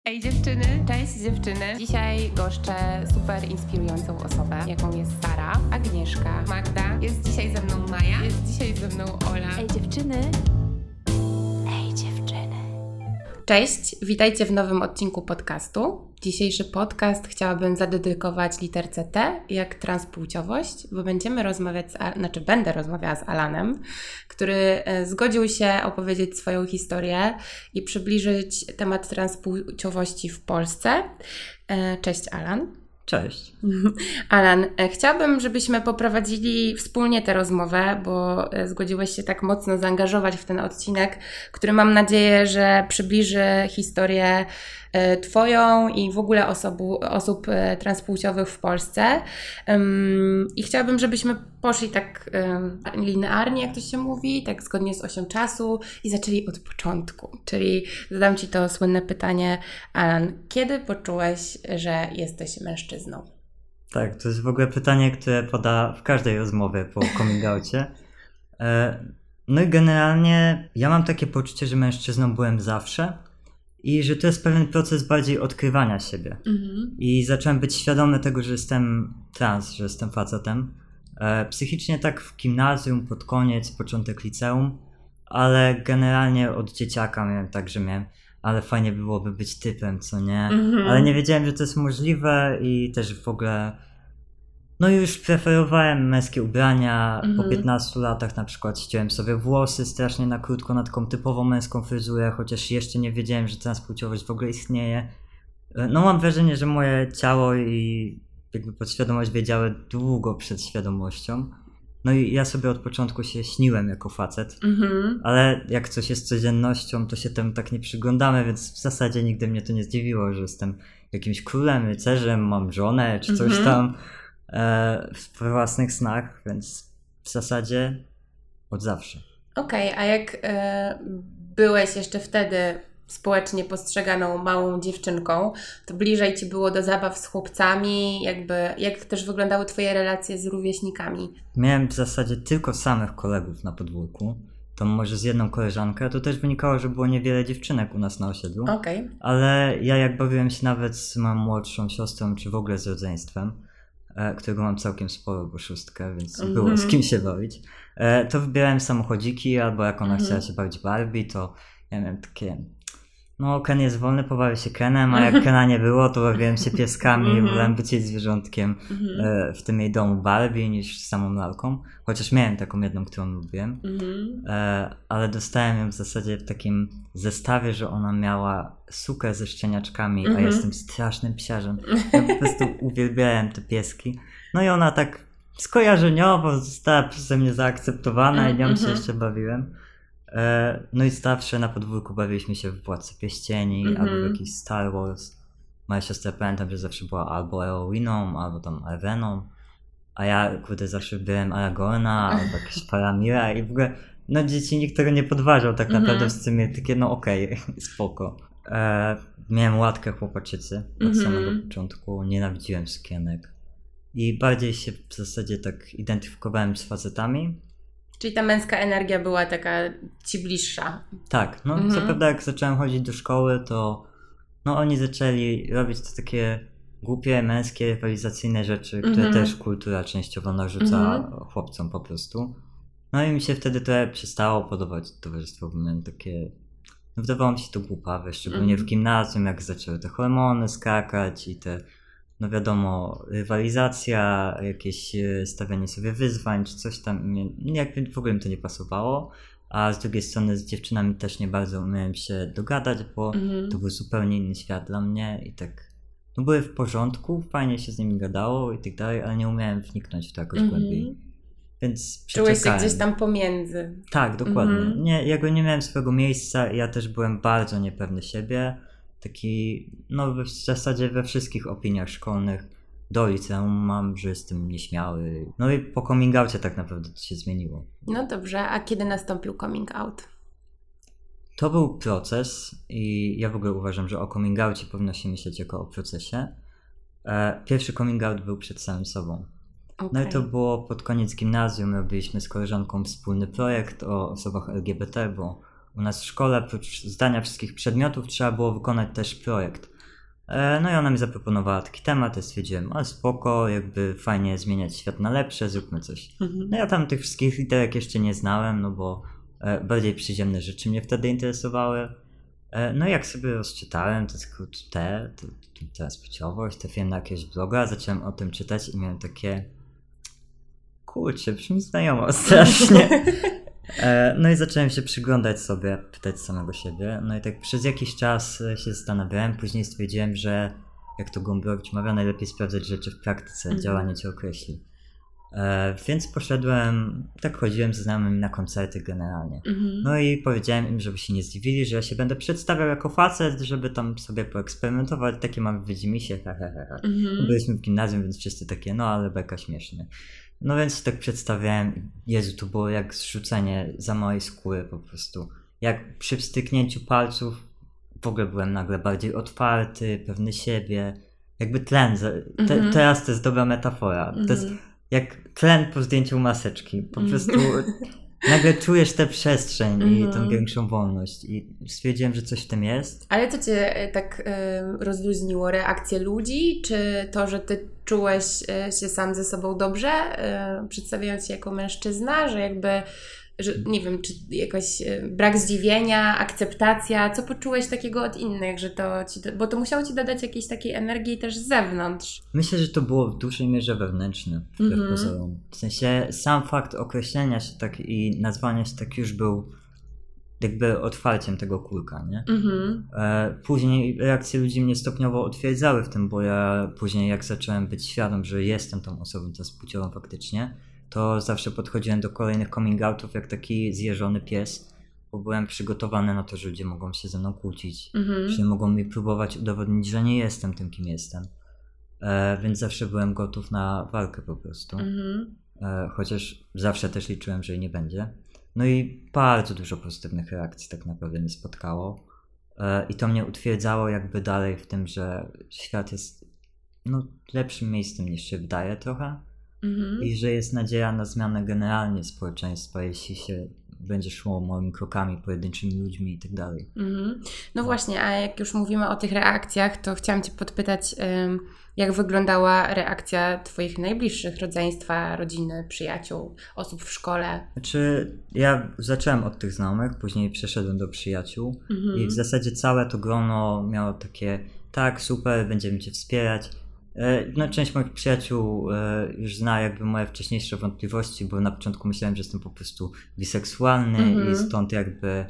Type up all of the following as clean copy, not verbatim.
Ej dziewczyny, cześć dziewczyny. Dzisiaj goszczę super inspirującą osobę, jaką jest Sara, Agnieszka, Magda. Jest dzisiaj ze mną Maja, jest dzisiaj ze mną Ola. Ej dziewczyny. Ej dziewczyny. Cześć, witajcie w nowym odcinku podcastu. Dzisiejszy podcast chciałabym zadedykować literce T jak transpłciowość, bo będę rozmawiała z Alanem, który zgodził się opowiedzieć swoją historię i przybliżyć temat transpłciowości w Polsce. Cześć Alan. Cześć. Alan, chciałabym, żebyśmy poprowadzili wspólnie tę rozmowę, bo zgodziłeś się tak mocno zaangażować w ten odcinek, który mam nadzieję, że przybliży historię Twoją i w ogóle osób transpłciowych w Polsce. I chciałabym, żebyśmy poszli tak linearnie, jak to się mówi, tak zgodnie z osią czasu i zaczęli od początku. Czyli zadam Ci to słynne pytanie, Alan, kiedy poczułeś, że jesteś mężczyzną? Tak, to jest w ogóle pytanie, które pada w każdej rozmowie po coming outie. No i generalnie ja mam takie poczucie, że mężczyzną byłem zawsze i że to jest pewien proces bardziej odkrywania siebie. I zacząłem być świadomy tego, że jestem trans, że jestem facetem. Psychicznie tak w gimnazjum, pod koniec, początek liceum, ale generalnie od dzieciaka miałem tak, że ale fajnie byłoby być typem, co nie? Ale nie wiedziałem, że to jest możliwe i też w ogóle no już preferowałem męskie ubrania. Po 15 latach na przykład ściąłem sobie włosy strasznie na krótko, na taką typową męską fryzurę, chociaż jeszcze nie wiedziałem, że transpłciowość w ogóle istnieje. No mam wrażenie, że moje ciało i jakby podświadomość wiedziały długo przed świadomością. No i ja sobie od początku się śniłem jako facet, ale jak coś jest codziennością, to się temu tak nie przyglądamy, więc w zasadzie nigdy mnie to nie zdziwiło, że jestem jakimś królem, rycerzem, mam żonę czy coś tam w własnych snach, więc w zasadzie od zawsze. Okej, a jak byłeś jeszcze wtedy społecznie postrzeganą małą dziewczynką, to bliżej Ci było do zabaw z chłopcami, jak też wyglądały Twoje relacje z rówieśnikami? Miałem w zasadzie tylko samych kolegów na podwórku, to może z jedną koleżankę, to też wynikało, że było niewiele dziewczynek u nas na osiedlu, ale ja jak bawiłem się nawet z moją młodszą siostrą, czy w ogóle z rodzeństwem, którego mam całkiem sporo, bo 6, więc było z kim się bawić, to wybierałem samochodziki, albo jak ona chciała się bawić Barbie, to ja miałem takie... No, Ken jest wolny, pobawię się Kenem, a jak Kena nie było, to bawiłem się pieskami, wolałem być jej zwierzątkiem w tym jej domu Barbie niż samą lalką. Chociaż miałem taką jedną, którą lubiłem. Ale dostałem ją w zasadzie w takim zestawie, że ona miała sukę ze szczeniaczkami, a jestem strasznym psiarzem. Ja po prostu uwielbiałem te pieski. No i ona tak skojarzeniowo została przeze mnie zaakceptowana i nią się jeszcze bawiłem. No i zawsze na podwórku bawiliśmy się w Władcy Pierścieni albo w jakiś Star Wars. Moja siostra, pamiętam, że zawsze była albo Eowiną, albo tam Arweną, a ja zawsze byłem Aragorna albo jakaś Faramira i w ogóle no dzieci nikt tego nie podważał tak naprawdę, w sumie takie no okej, spoko. Miałem łatkę chłopaczycy od samego początku, nienawidziłem sukienek i bardziej się w zasadzie tak identyfikowałem z facetami. Czyli ta męska energia była taka Ci bliższa. Tak, no co prawda jak zacząłem chodzić do szkoły, to no oni zaczęli robić to takie głupie, męskie, rywalizacyjne rzeczy, które też kultura częściowo narzuca chłopcom po prostu. No i mi się wtedy trochę przestało podobać towarzystwo, bo miałem takie... No wydawało mi się to głupawe, szczególnie w gimnazjum, jak zaczęły te hormony skakać i te... No wiadomo, rywalizacja, jakieś stawianie sobie wyzwań, czy coś tam, jakby w ogóle mi to nie pasowało, a z drugiej strony z dziewczynami też nie bardzo umiałem się dogadać, bo to był zupełnie inny świat dla mnie i tak, no były w porządku, fajnie się z nimi gadało i tak dalej, ale nie umiałem wniknąć w to jakoś głębiej, więc przeczekałem. Czułeś się gdzieś tam pomiędzy. Tak, dokładnie. Nie miałem swojego miejsca i ja też byłem bardzo niepewny siebie. Taki, no w zasadzie we wszystkich opiniach szkolnych do liceum mam, że jestem nieśmiały. No i po coming outie tak naprawdę to się zmieniło. No dobrze, a kiedy nastąpił coming out? To był proces i ja w ogóle uważam, że o coming outie powinno się myśleć jako o procesie. Pierwszy coming out był przed samym sobą. No i to było pod koniec gimnazjum, robiliśmy z koleżanką wspólny projekt o osobach LGBT, bo u nas w szkole oprócz zdania wszystkich przedmiotów trzeba było wykonać też projekt. No i ona mi zaproponowała taki temat, ja stwierdziłem, ale spoko, jakby fajnie zmieniać świat na lepsze, zróbmy coś. No ja tam tych wszystkich literek jeszcze nie znałem, no bo bardziej przyziemne rzeczy mnie wtedy interesowały. No i jak sobie rozczytałem to skrót T, to teraz płciowość, trafiłem na jakiegoś bloga, zacząłem o tym czytać i miałem takie, kurczę, brzmi znajomo strasznie. No i zacząłem się przyglądać sobie, pytać samego siebie. No i tak przez jakiś czas się zastanawiałem, później stwierdziłem, że jak to Gombrowicz mawia, najlepiej sprawdzać rzeczy w praktyce, działanie cię określi. Więc poszedłem, tak chodziłem ze znajomymi na koncerty generalnie. No i powiedziałem im, żeby się nie zdziwili, że ja się będę przedstawiał jako facet, żeby tam sobie poeksperymentować, takie mamy widzimisię, Byliśmy w gimnazjum, więc wszyscy takie, no ale beka śmieszny. No więc tak przedstawiałem, Jezu, to było jak zrzucenie za mojej skóry po prostu. Jak przy wstyknięciu palców w ogóle byłem nagle bardziej otwarty, pewny siebie. Jakby tlen, teraz to jest dobra metafora. To jest jak tlen po zdjęciu maseczki. Po prostu nagle czujesz tę przestrzeń i tę większą wolność i stwierdziłem, że coś w tym jest. Ale co cię tak rozluźniło? Reakcje ludzi? Czy to, że ty czułeś się sam ze sobą dobrze, przedstawiając się jako mężczyzna, że jakby, że nie wiem, czy jakiś brak zdziwienia, akceptacja, co poczułeś takiego od innych, że to ci, bo to musiało ci dodać jakiejś takiej energii też z zewnątrz. Myślę, że to było w dużej mierze wewnętrzne, wbrew pozorom. W sensie sam fakt określenia się tak i nazwania się tak już był jakby otwarciem tego kulka, nie? Później reakcje ludzi mnie stopniowo utwierdzały w tym, bo ja później jak zacząłem być świadom, że jestem tą osobą transpłciową faktycznie, to zawsze podchodziłem do kolejnych coming outów jak taki zjeżony pies, bo byłem przygotowany na to, że ludzie mogą się ze mną kłócić, że mogą mi próbować udowodnić, że nie jestem tym, kim jestem. Więc zawsze byłem gotów na walkę po prostu. Chociaż zawsze też liczyłem, że jej nie będzie. No i bardzo dużo pozytywnych reakcji tak naprawdę mnie spotkało. I to mnie utwierdzało jakby dalej w tym, że świat jest lepszym miejscem niż się wydaje trochę. I że jest nadzieja na zmianę generalnie społeczeństwa, jeśli się będzie szło małymi krokami, pojedynczymi ludźmi i tak dalej. No właśnie, a jak już mówimy o tych reakcjach, to chciałam cię podpytać, jak wyglądała reakcja twoich najbliższych, rodzeństwa, rodziny, przyjaciół, osób w szkole? Znaczy, ja zacząłem od tych znajomych, później przeszedłem do przyjaciół i w zasadzie całe to grono miało takie, tak, super, będziemy cię wspierać. No, część moich przyjaciół już zna jakby moje wcześniejsze wątpliwości, bo na początku myślałem, że jestem po prostu biseksualny i stąd jakby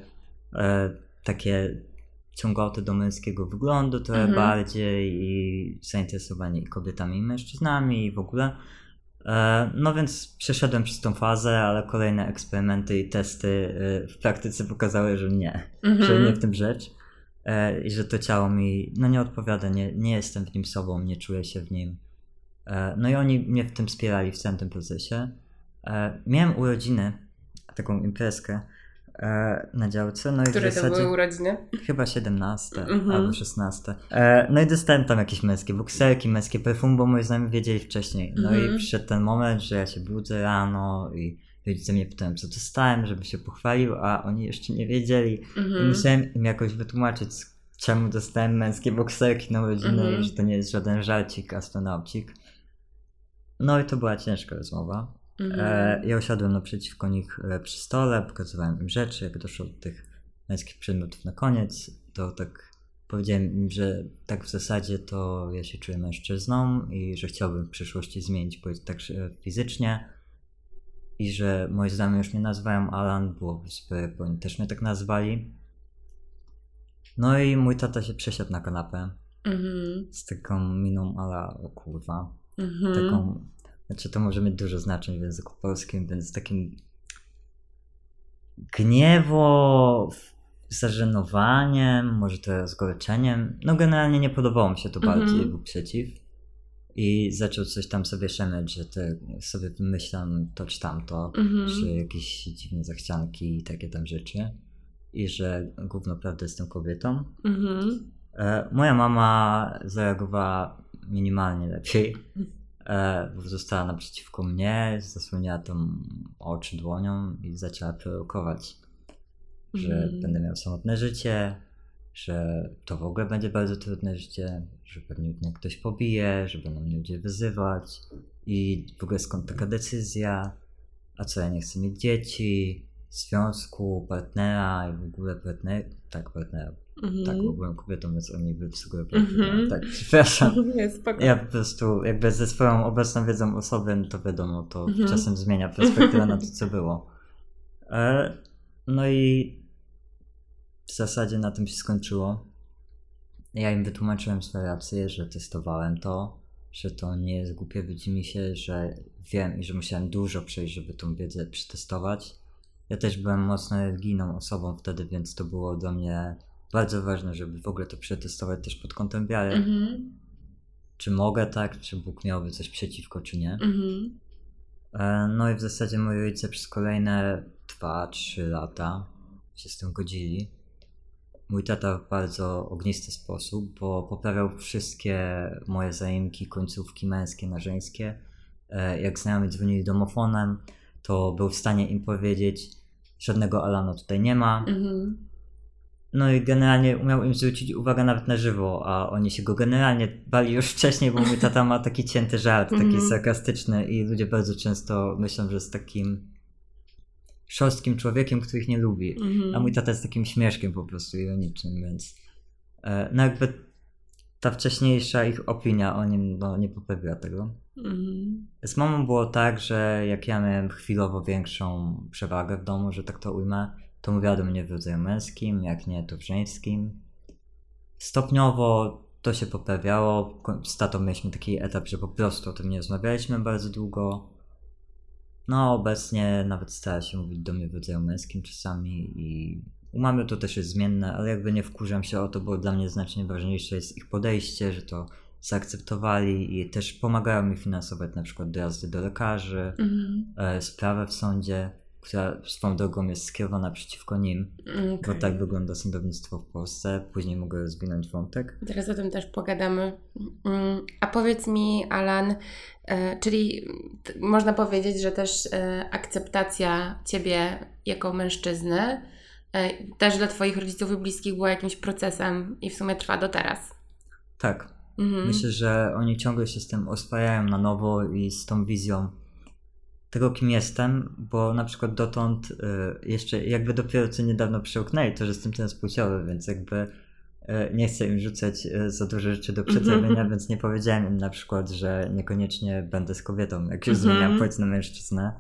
takie ciągoty do męskiego wyglądu trochę bardziej i zainteresowanie kobietami i mężczyznami i w ogóle. No więc przeszedłem przez tą fazę, ale kolejne eksperymenty i testy w praktyce pokazały, że nie, że nie w tym rzecz. I że to ciało mi nie odpowiada, nie jestem w nim sobą, nie czuję się w nim. No i oni mnie w tym wspierali w całym tym procesie. Miałem urodziny, taką imprezkę na działce. No i które to były urodziny? Chyba 17 albo 16. No i dostałem tam jakieś męskie bokserki, męskie perfum, bo moi znajomi wiedzieli wcześniej. No i przyszedł ten moment, że ja się budzę rano i rodzice mnie pytają, co dostałem, żeby się pochwalił, a oni jeszcze nie wiedzieli. I musiałem im jakoś wytłumaczyć, czemu dostałem męskie bokserki na urodziny i że to nie jest żaden żarcik, astronaucik. No i to była ciężka rozmowa. Ja usiadłem naprzeciwko nich przy stole, pokazywałem im rzeczy, jak doszło do tych męskich przedmiotów na koniec, to tak powiedziałem im, że tak w zasadzie to ja się czuję mężczyzną i że chciałbym w przyszłości zmienić tak fizycznie i że moi znajomi już mnie nazywają Alan, byłoby super, bo oni też mnie tak nazwali. No i mój tata się przesiadł na kanapę z taką miną ala, o kurwa, taką, znaczy to może mieć dużo znaczeń w języku polskim, więc takim gniewo, zażenowaniem, może to rozgorczeniem. No generalnie nie podobało mi się to bardziej, był przeciw. I zaczął coś tam sobie szemeć, że sobie wymyślam to czy tamto, że jakieś dziwne zachcianki i takie tam rzeczy. I że gówno prawda jestem kobietą. Moja mama zareagowała minimalnie lepiej. Została naprzeciwko mnie, zasłoniła tam oczy dłonią i zaczęła prorokować, że będę miał samotne życie, że to w ogóle będzie bardzo trudne życie, że pewnie mnie ktoś pobije, że będą mnie ludzie wyzywać i w ogóle skąd taka decyzja, a co ja nie chcę mieć dzieci, związku, partnera i w ogóle partnera. Tak, byłem kobietą, więc oni wysługują tak, przepraszam. Ja po prostu jakby ze swoją obecną wiedzą o sobie, to wiadomo, to czasem zmienia perspektywę na to, co było. No i w zasadzie na tym się skończyło. Ja im wytłumaczyłem swoje racje, że testowałem to, że to nie jest głupie, widzi mi się, że wiem i że musiałem dużo przejść, żeby tą wiedzę przetestować. Ja też byłem mocno religijną osobą wtedy, więc to było dla mnie bardzo ważne, żeby w ogóle to przetestować też pod kątem wiary. Czy mogę tak, czy Bóg miałby coś przeciwko, czy nie. No i w zasadzie moi rodzice przez kolejne 2-3 lata się z tym godzili. Mój tata w bardzo ognisty sposób, bo poprawiał wszystkie moje zaimki, końcówki męskie na żeńskie. Jak znajomi dzwonili domofonem, to był w stanie im powiedzieć, żadnego Alana tutaj nie ma. No i generalnie umiał im zwrócić uwagę nawet na żywo, a oni się go generalnie bali już wcześniej, bo mój tata ma taki cięty żart, taki sarkastyczny i ludzie bardzo często myślą, że jest takim szorstkim człowiekiem, który ich nie lubi. A mój tata jest takim śmieszkiem po prostu ironicznym, więc no jakby ta wcześniejsza ich opinia o nim nie poprawiła tego. Z mamą było tak, że jak ja miałem chwilowo większą przewagę w domu, że tak to ujmę, to mówiła do mnie w rodzaju męskim, jak nie to w żeńskim. Stopniowo to się poprawiało. Z tatą mieliśmy taki etap, że po prostu o tym nie rozmawialiśmy bardzo długo. No obecnie nawet stara się mówić do mnie w rodzaju męskim czasami i u mamy to też jest zmienne, ale jakby nie wkurzam się o to, bo dla mnie znacznie ważniejsze jest ich podejście, że to zaakceptowali i też pomagają mi finansować na przykład dojazdy do lekarzy, sprawę w sądzie, która swoją drogą jest skierowana przeciwko nim, bo tak wygląda sądownictwo w Polsce. Później mogę rozwinąć wątek. Teraz o tym też pogadamy. A powiedz mi, Alan, czyli można powiedzieć, że też akceptacja ciebie jako mężczyzny też dla twoich rodziców i bliskich była jakimś procesem i w sumie trwa do teraz. Tak. Myślę, że oni ciągle się z tym oswajają na nowo i z tą wizją tego, kim jestem, bo na przykład dotąd jeszcze jakby dopiero co niedawno przełknęli to, że jestem transpłciowy, więc jakby nie chcę im rzucać za dużo rzeczy do przedstawienia, więc nie powiedziałem im na przykład, że niekoniecznie będę z kobietą, jak już zmieniam płeć na mężczyznę.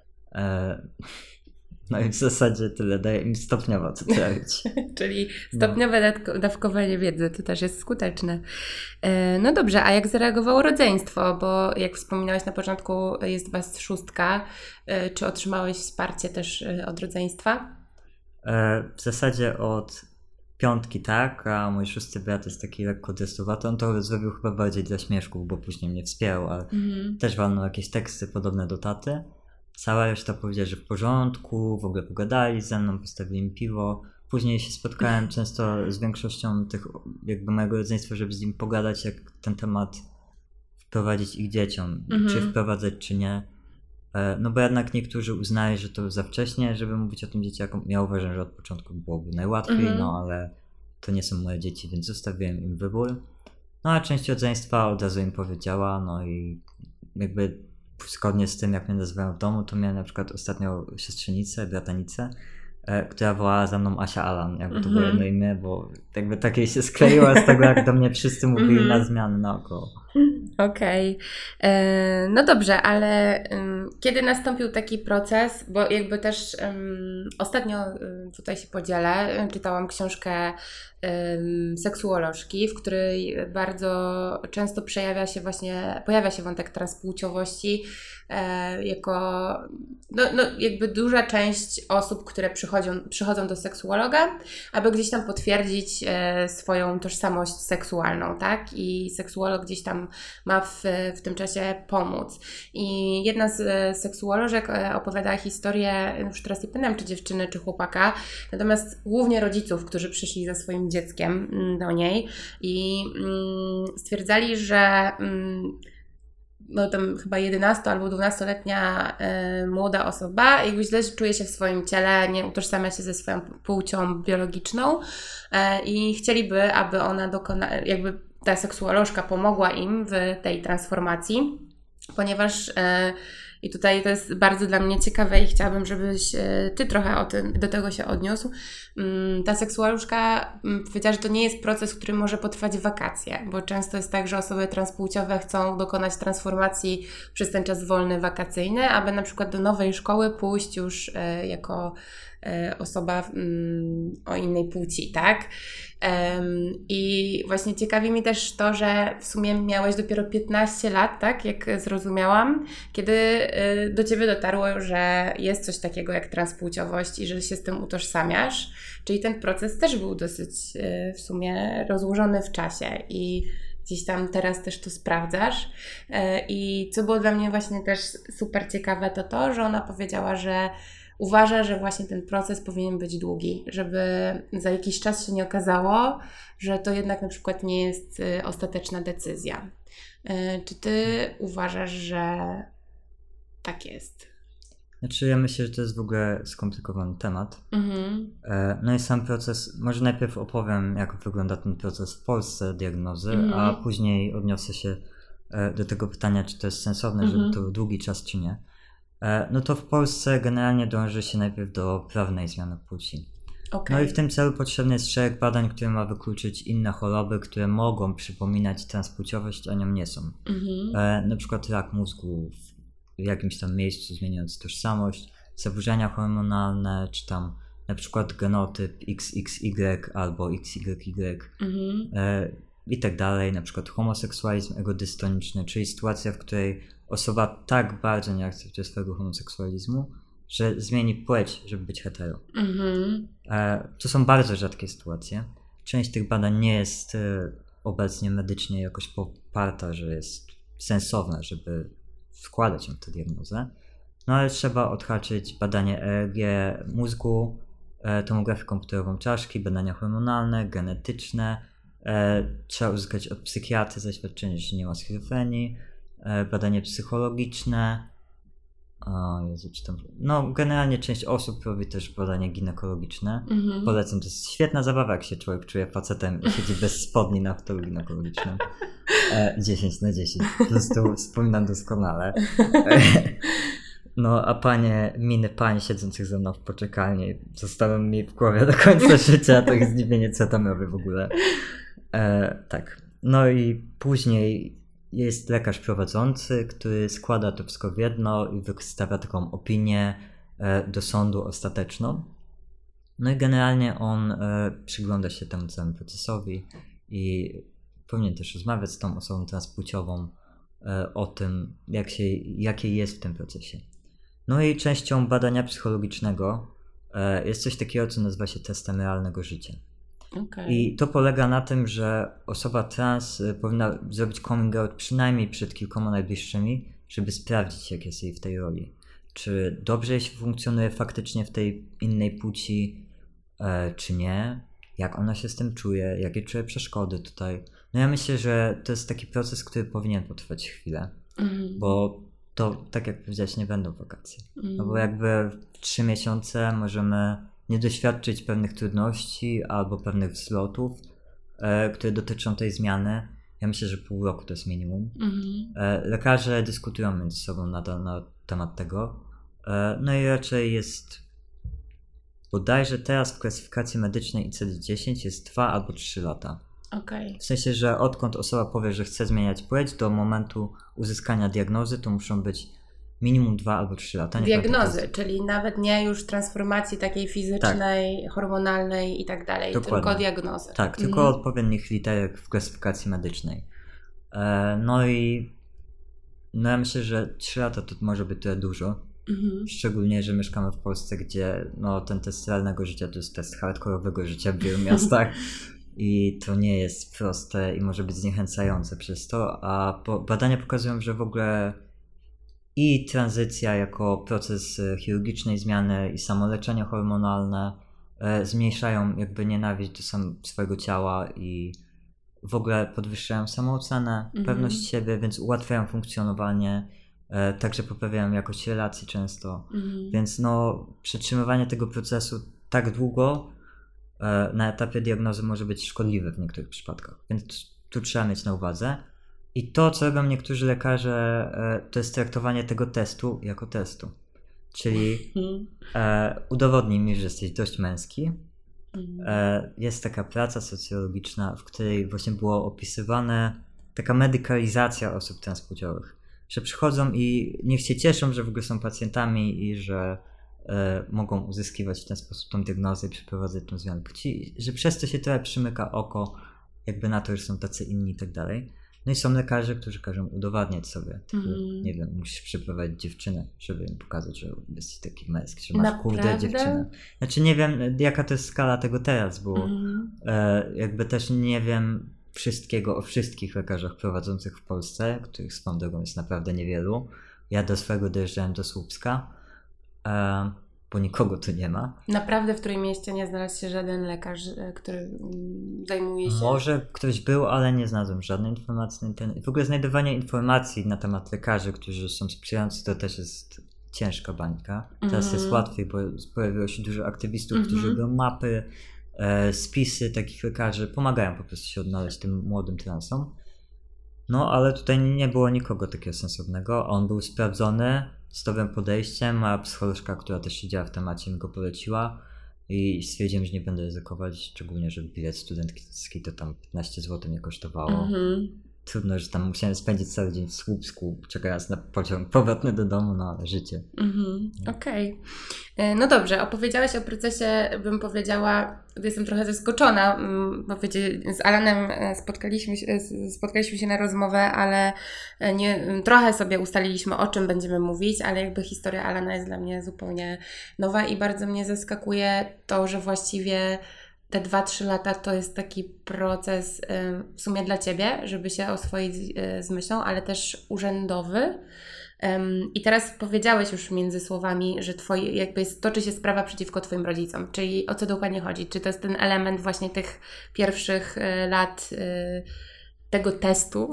No i w zasadzie tyle, daję im stopniowo, co trzeba robić. Czyli stopniowe dawkowanie wiedzy, to też jest skuteczne. No dobrze, a jak zareagowało rodzeństwo? Bo jak wspominałeś na początku, jest was 6. Czy otrzymałeś wsparcie też od rodzeństwa? W zasadzie od 5 tak, a mój 6 brat jest taki lekko dystowaty. On to zrobił chyba bardziej dla śmieszków, bo później mnie wspierał, ale też walnął jakieś teksty podobne do taty. Cała reszta powiedziała, że w porządku, w ogóle pogadali ze mną, postawili mi piwo. Później się spotkałem często z większością tych jakby mojego rodzeństwa, żeby z nim pogadać, jak ten temat wprowadzić ich dzieciom. Czy wprowadzać, czy nie. No bo jednak niektórzy uznali, że to za wcześnie, żeby mówić o tym dzieciakom. Ja uważam, że od początku byłoby najłatwiej, no ale to nie są moje dzieci, więc zostawiłem im wybór. No a część rodzeństwa od razu im powiedziała, no i jakby zgodnie z tym, jak mnie nazywają w domu, to miałem na przykład ostatnio siostrzenicę, bratanicę, która wołała za mną Asia Alan, jakby to było jedno imię, bo jakby takiej się skleiła z tego, jak do mnie wszyscy mówili na zmiany naokoło. Okej. No dobrze, ale kiedy nastąpił taki proces, bo jakby też ostatnio tutaj się podzielę, czytałam książkę seksuolożki, w której bardzo często pojawia się wątek transpłciowości jako jakby duża część osób, które przychodzą do seksuologa, aby gdzieś tam potwierdzić swoją tożsamość seksualną, tak? I seksuolog gdzieś tam ma w tym czasie pomóc. I jedna z seksuolożek opowiadała historię, już teraz nie pamiętam, czy dziewczyny, czy chłopaka, natomiast głównie rodziców, którzy przyszli ze swoim dzieckiem do niej i stwierdzali, że no tam chyba 11 albo 12-letnia młoda osoba i źle czuje się w swoim ciele, nie utożsamia się ze swoją płcią biologiczną i chcieliby, aby ona jakby ta seksuolożka pomogła im w tej transformacji, ponieważ i tutaj to jest bardzo dla mnie ciekawe i chciałabym, żebyś Ty trochę do tego się odniósł. Ta seksuolożka powiedziała, że to nie jest proces, który może potrwać wakacje, bo często jest tak, że osoby transpłciowe chcą dokonać transformacji przez ten czas wolny wakacyjny, aby na przykład do nowej szkoły pójść już jako osoba o innej płci, tak? I właśnie ciekawi mnie też to, że w sumie miałeś dopiero 15 lat, tak? Jak zrozumiałam, kiedy do Ciebie dotarło, że jest coś takiego jak transpłciowość i że się z tym utożsamiasz. Czyli ten proces też był dosyć w sumie rozłożony w czasie i gdzieś tam teraz też to sprawdzasz. I co było dla mnie właśnie też super ciekawe, to, że ona powiedziała, że uważa, że właśnie ten proces powinien być długi, żeby za jakiś czas się nie okazało, że to jednak na przykład nie jest ostateczna decyzja. Czy Ty uważasz, że tak jest? Znaczy ja myślę, że to jest w ogóle skomplikowany temat. No i sam proces, może najpierw opowiem, jak wygląda ten proces w Polsce diagnozy, a później odniosę się do tego pytania, czy to jest sensowne, żeby to był długi czas, czy nie. No to w Polsce generalnie dąży się najpierw do prawnej zmiany płci. Okay. No i w tym celu potrzebny jest szereg badań, które ma wykluczyć inne choroby, które mogą przypominać transpłciowość, a nią nie są. Na przykład rak mózgu w jakimś tam miejscu zmieniając tożsamość, zaburzenia hormonalne, czy tam na przykład genotyp XXY albo XYY i tak dalej, na przykład homoseksualizm egodystoniczny, czyli sytuacja, w której osoba tak bardzo nie akceptuje swojego homoseksualizmu, że zmieni płeć, żeby być hetero. To są bardzo rzadkie sytuacje. Część tych badań nie jest obecnie medycznie jakoś poparta, że jest sensowna, żeby wkładać ją w tę diagnozę. No ale trzeba odhaczyć badanie EEG mózgu, tomografię komputerową czaszki, badania hormonalne, genetyczne. Trzeba uzyskać od psychiatry zaświadczenie, że nie ma schizofrenii, badanie psychologiczne. No generalnie część osób robi też badanie ginekologiczne. Polecam, to jest świetna zabawa, jak się człowiek czuje facetem i siedzi bez spodni na fotelu ginekologicznym. 10/10. Po prostu wspominam doskonale. No a miny pań siedzących ze mną w poczekalni zostały mi w głowie do końca życia. To jest zdziwienie, co tam robię w ogóle. Tak. No i później jest lekarz prowadzący, który składa to wszystko w jedno i wystawia taką opinię do sądu ostateczną. No i generalnie on przygląda się temu całemu procesowi i powinien też rozmawiać z tą osobą transpłciową o tym, jakie jest w tym procesie. No i częścią badania psychologicznego jest coś takiego, co nazywa się testem realnego życia. Okay. I to polega na tym, że osoba trans powinna zrobić coming out przynajmniej przed kilkoma najbliższymi, żeby sprawdzić, jak jest jej w tej roli. Czy dobrze jej się funkcjonuje faktycznie w tej innej płci, czy nie, jak ona się z tym czuje, jakie czuje przeszkody tutaj. No ja myślę, że to jest taki proces, który powinien potrwać chwilę, bo to, tak jak powiedziałeś, nie będą wakacje. No bo jakby w 3 miesiące możemy nie doświadczyć pewnych trudności albo pewnych wzlotów, które dotyczą tej zmiany. Ja myślę, że pół roku to jest minimum. Lekarze dyskutują między sobą nadal na temat tego. No i raczej jest bodajże teraz w klasyfikacji medycznej ICD-10 jest 2 albo 3 lata. Okay. W sensie, że odkąd osoba powie, że chce zmieniać płeć, do momentu uzyskania diagnozy to muszą być minimum 2 albo 3 lata. Diagnozy, czyli nawet nie już transformacji takiej fizycznej, tak, hormonalnej i tak dalej, tylko diagnozy. Tak, tylko odpowiednich literek w klasyfikacji medycznej. No ja myślę, że 3 lata to może być tyle dużo. Szczególnie, że mieszkamy w Polsce, gdzie ten test realnego życia to jest test hardkorowego życia w wielu miastach. I to nie jest proste i może być zniechęcające przez to, a badania pokazują, że w ogóle i tranzycja jako proces chirurgicznej zmiany i samoleczenie hormonalne zmniejszają jakby nienawiść do swojego ciała i w ogóle podwyższają samoocenę, pewność siebie, więc ułatwiają funkcjonowanie, także poprawiają jakość relacji często. Więc przetrzymywanie tego procesu tak długo na etapie diagnozy może być szkodliwe w niektórych przypadkach. Więc tu trzeba mieć na uwadze. I to, co robią niektórzy lekarze, to jest traktowanie tego testu jako testu. Czyli udowodnij mi, że jesteś dość męski. Jest taka praca socjologiczna, w której właśnie było opisywane taka medykalizacja osób transpłciowych, że przychodzą i niech się cieszą, że w ogóle są pacjentami i że mogą uzyskiwać w ten sposób tą diagnozę i przeprowadzać tą zmianę płci, że przez to się trochę przymyka oko jakby na to, że są tacy inni i tak dalej. No i są lekarze, którzy każą udowadniać sobie, nie wiem, musisz przeprowadzić dziewczynę, żeby im pokazać, że jesteś taki męski, że masz kurde dziewczynę. Znaczy nie wiem, jaka to jest skala tego teraz, bo jakby też nie wiem wszystkiego o wszystkich lekarzach prowadzących w Polsce, których swoją drogą jest naprawdę niewielu. Ja do swojego dojeżdżałem do Słupska, bo nikogo tu nie ma. Naprawdę w którym mieście nie znalazł się żaden lekarz, który zajmuje się... Może ktoś był, ale nie znalazłem żadnej informacji na internet. W ogóle znajdowanie informacji na temat lekarzy, którzy są sprzyjający, to też jest ciężka bańka. Teraz jest łatwiej, bo pojawiło się dużo aktywistów, którzy robią mapy, spisy takich lekarzy, pomagają po prostu się odnaleźć tym młodym transom. No, ale tutaj nie było nikogo takiego sensownego. On był sprawdzony, z dobrym podejściem, a psycholożka, która też siedziała w temacie, mi go poleciła i stwierdziłem, że nie będę ryzykować, szczególnie, że bilet studencki to tam 15 zł nie kosztowało. Trudno, że tam musiałem spędzić cały dzień w Słupsku, czekając na pociąg powrotny do domu, no ale życie. Okej. No dobrze, opowiedziałeś o procesie, bym powiedziała, jestem trochę zaskoczona, bo wiecie, z Alanem spotkaliśmy się na rozmowę, ale trochę sobie ustaliliśmy, o czym będziemy mówić, ale jakby historia Alana jest dla mnie zupełnie nowa i bardzo mnie zaskakuje to, że właściwie te 2-3 lata to jest taki proces w sumie dla Ciebie, żeby się oswoić z myślą, ale też urzędowy. I teraz powiedziałeś już między słowami, że toczy się sprawa przeciwko Twoim rodzicom. Czyli o co dokładnie chodzi? Czy to jest ten element właśnie tych pierwszych lat tego testu?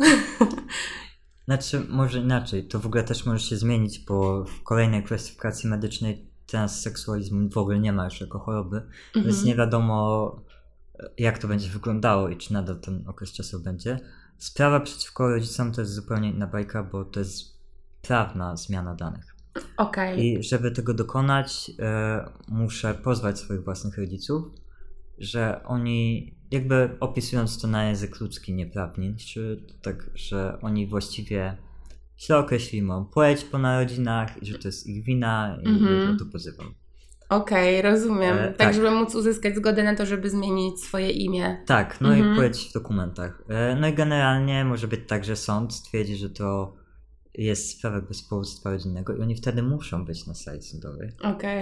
Znaczy, może inaczej. To w ogóle też może się zmienić, bo w kolejnej klasyfikacji medycznej transseksualizmu w ogóle nie ma już jako choroby, więc nie wiadomo, jak to będzie wyglądało i czy nadal ten okres czasu będzie. Sprawa przeciwko rodzicom to jest zupełnie inna bajka, bo to jest prawna zmiana danych. I żeby tego dokonać, muszę pozwać swoich własnych rodziców, że oni, jakby opisując to na język ludzki, nieprawnie, czy tak, że oni właściwie źle określili moją płeć po narodzinach i że to jest ich wina i ja to pozywam. Rozumiem. Tak, żeby móc uzyskać zgodę na to, żeby zmienić swoje imię. Tak, no i płeć w dokumentach. No i generalnie może być tak, że sąd stwierdzi, że to jest sprawa bezpowództwa rodzinnego i oni wtedy muszą być na sali sądowej.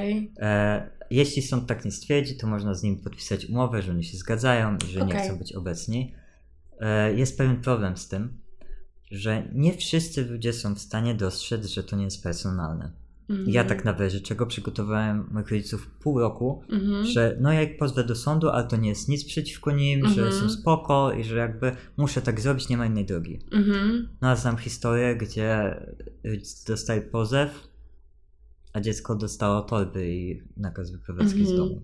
Jeśli sąd tak nie stwierdzi, to można z nim podpisać umowę, że oni się zgadzają i że nie chcą być obecni. Jest pewien problem z tym, że nie wszyscy ludzie są w stanie dostrzec, że to nie jest personalne. Ja tak na razie, czego przygotowałem moich rodziców pół roku, że ja ich pozwę do sądu, ale to nie jest nic przeciwko nim, że są spoko i że jakby muszę tak zrobić, nie ma innej drogi. No a znam historię, gdzie dostali pozew, a dziecko dostało torby i nakaz wyprowadzki z domu.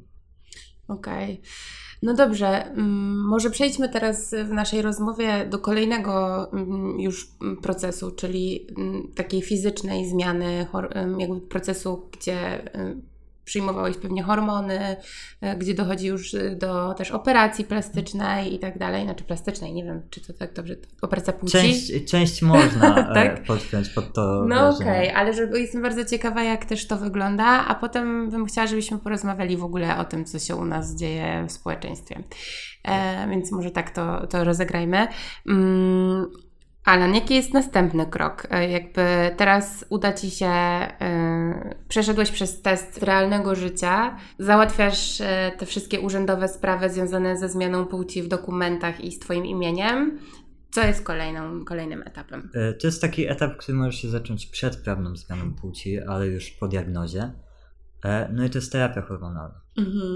No dobrze, może przejdźmy teraz w naszej rozmowie do kolejnego już procesu, czyli takiej fizycznej zmiany, jakby procesu, gdzie przyjmowałeś pewnie hormony, gdzie dochodzi już do też operacji plastycznej i tak dalej, znaczy plastycznej, nie wiem, czy to tak dobrze, operacja płci? Część można podpiąć pod to. No ale jestem bardzo ciekawa, jak też to wygląda, a potem bym chciała, żebyśmy porozmawiali w ogóle o tym, co się u nas dzieje w społeczeństwie. Więc może tak to rozegrajmy. Alan, jaki jest następny krok? Jakby teraz uda Ci się, przeszedłeś przez test realnego życia, załatwiasz te wszystkie urzędowe sprawy związane ze zmianą płci w dokumentach i z Twoim imieniem. Co jest kolejnym etapem? To jest taki etap, który może się zacząć przed prawną zmianą płci, ale już po diagnozie. No i to jest terapia hormonalna.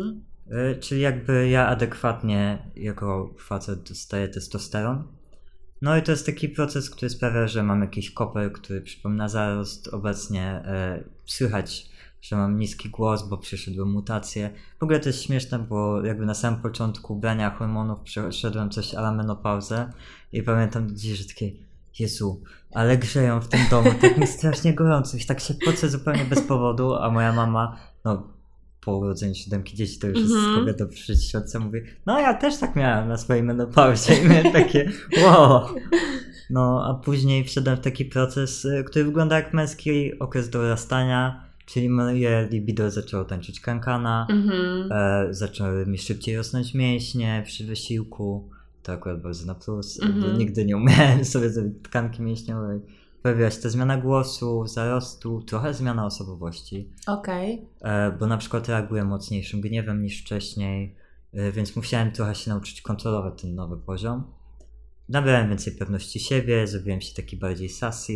Czyli jakby ja adekwatnie jako facet dostaję testosteron. No i to jest taki proces, który sprawia, że mam jakiś koper, który przypomina zarost. Obecnie słychać, że mam niski głos, bo przeszedłem mutację. W ogóle to jest śmieszne, bo jakby na samym początku brania hormonów przeszedłem coś a la menopauzę i pamiętam do dziś, że takie Jezu, ale grzeją w tym domu, tak mi strasznie gorąco i tak się pocę zupełnie bez powodu, a moja mama, po urodzeniu 7 dzieci to już jest kobieta w 60, mówi, ja też tak miałam na swojej menopauzie i miałem takie wow. A później wszedłem w taki proces, który wygląda jak męski okres dorastania, czyli moje libido zaczęło tańczyć kankana, zaczęły mi szybciej rosnąć mięśnie przy wysiłku, to akurat bardzo na plus, bo nigdy nie umiałem sobie zrobić tkanki mięśniowej. Pojawiła się ta zmiana głosu, zarostu, trochę zmiana osobowości. Okej. Bo na przykład reaguję mocniejszym gniewem niż wcześniej, więc musiałem trochę się nauczyć kontrolować ten nowy poziom. Nabrałem więcej pewności siebie, zrobiłem się taki bardziej sassy.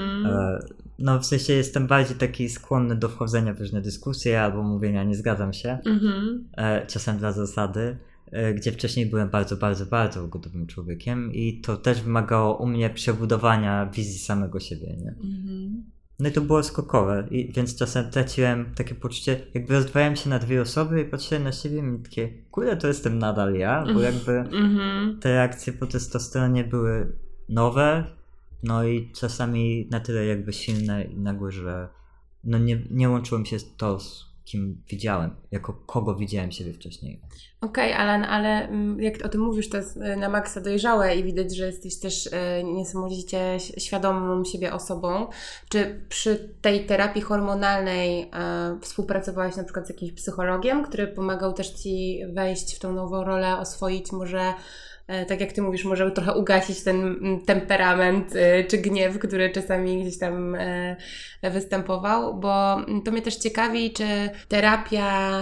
W sensie jestem bardziej taki skłonny do wchodzenia w różne dyskusje albo mówienia nie zgadzam się. Czasem dla zasady. Gdzie wcześniej byłem bardzo, bardzo, bardzo gotowym człowiekiem i to też wymagało u mnie przebudowania wizji samego siebie, nie? No i to było skokowe, więc czasem traciłem takie poczucie, jakby rozdwajałem się na dwie osoby i patrzyłem na siebie i mi takie, kurde, to jestem nadal ja, bo jakby te reakcje po testosteronie były nowe, i czasami na tyle jakby silne i nagłe, że nie łączyło mi się to z kim widziałem, jako kogo widziałem siebie wcześniej. Okej, Alan, ale jak o tym mówisz, to jest na maksa dojrzałe i widać, że jesteś też niesamowicie świadomą siebie osobą. Czy przy tej terapii hormonalnej współpracowałeś na przykład z jakimś psychologiem, który pomagał też Ci wejść w tą nową rolę, oswoić może, tak jak Ty mówisz, może trochę ugasić ten temperament czy gniew, który czasami gdzieś tam występował, bo to mnie też ciekawi, czy terapia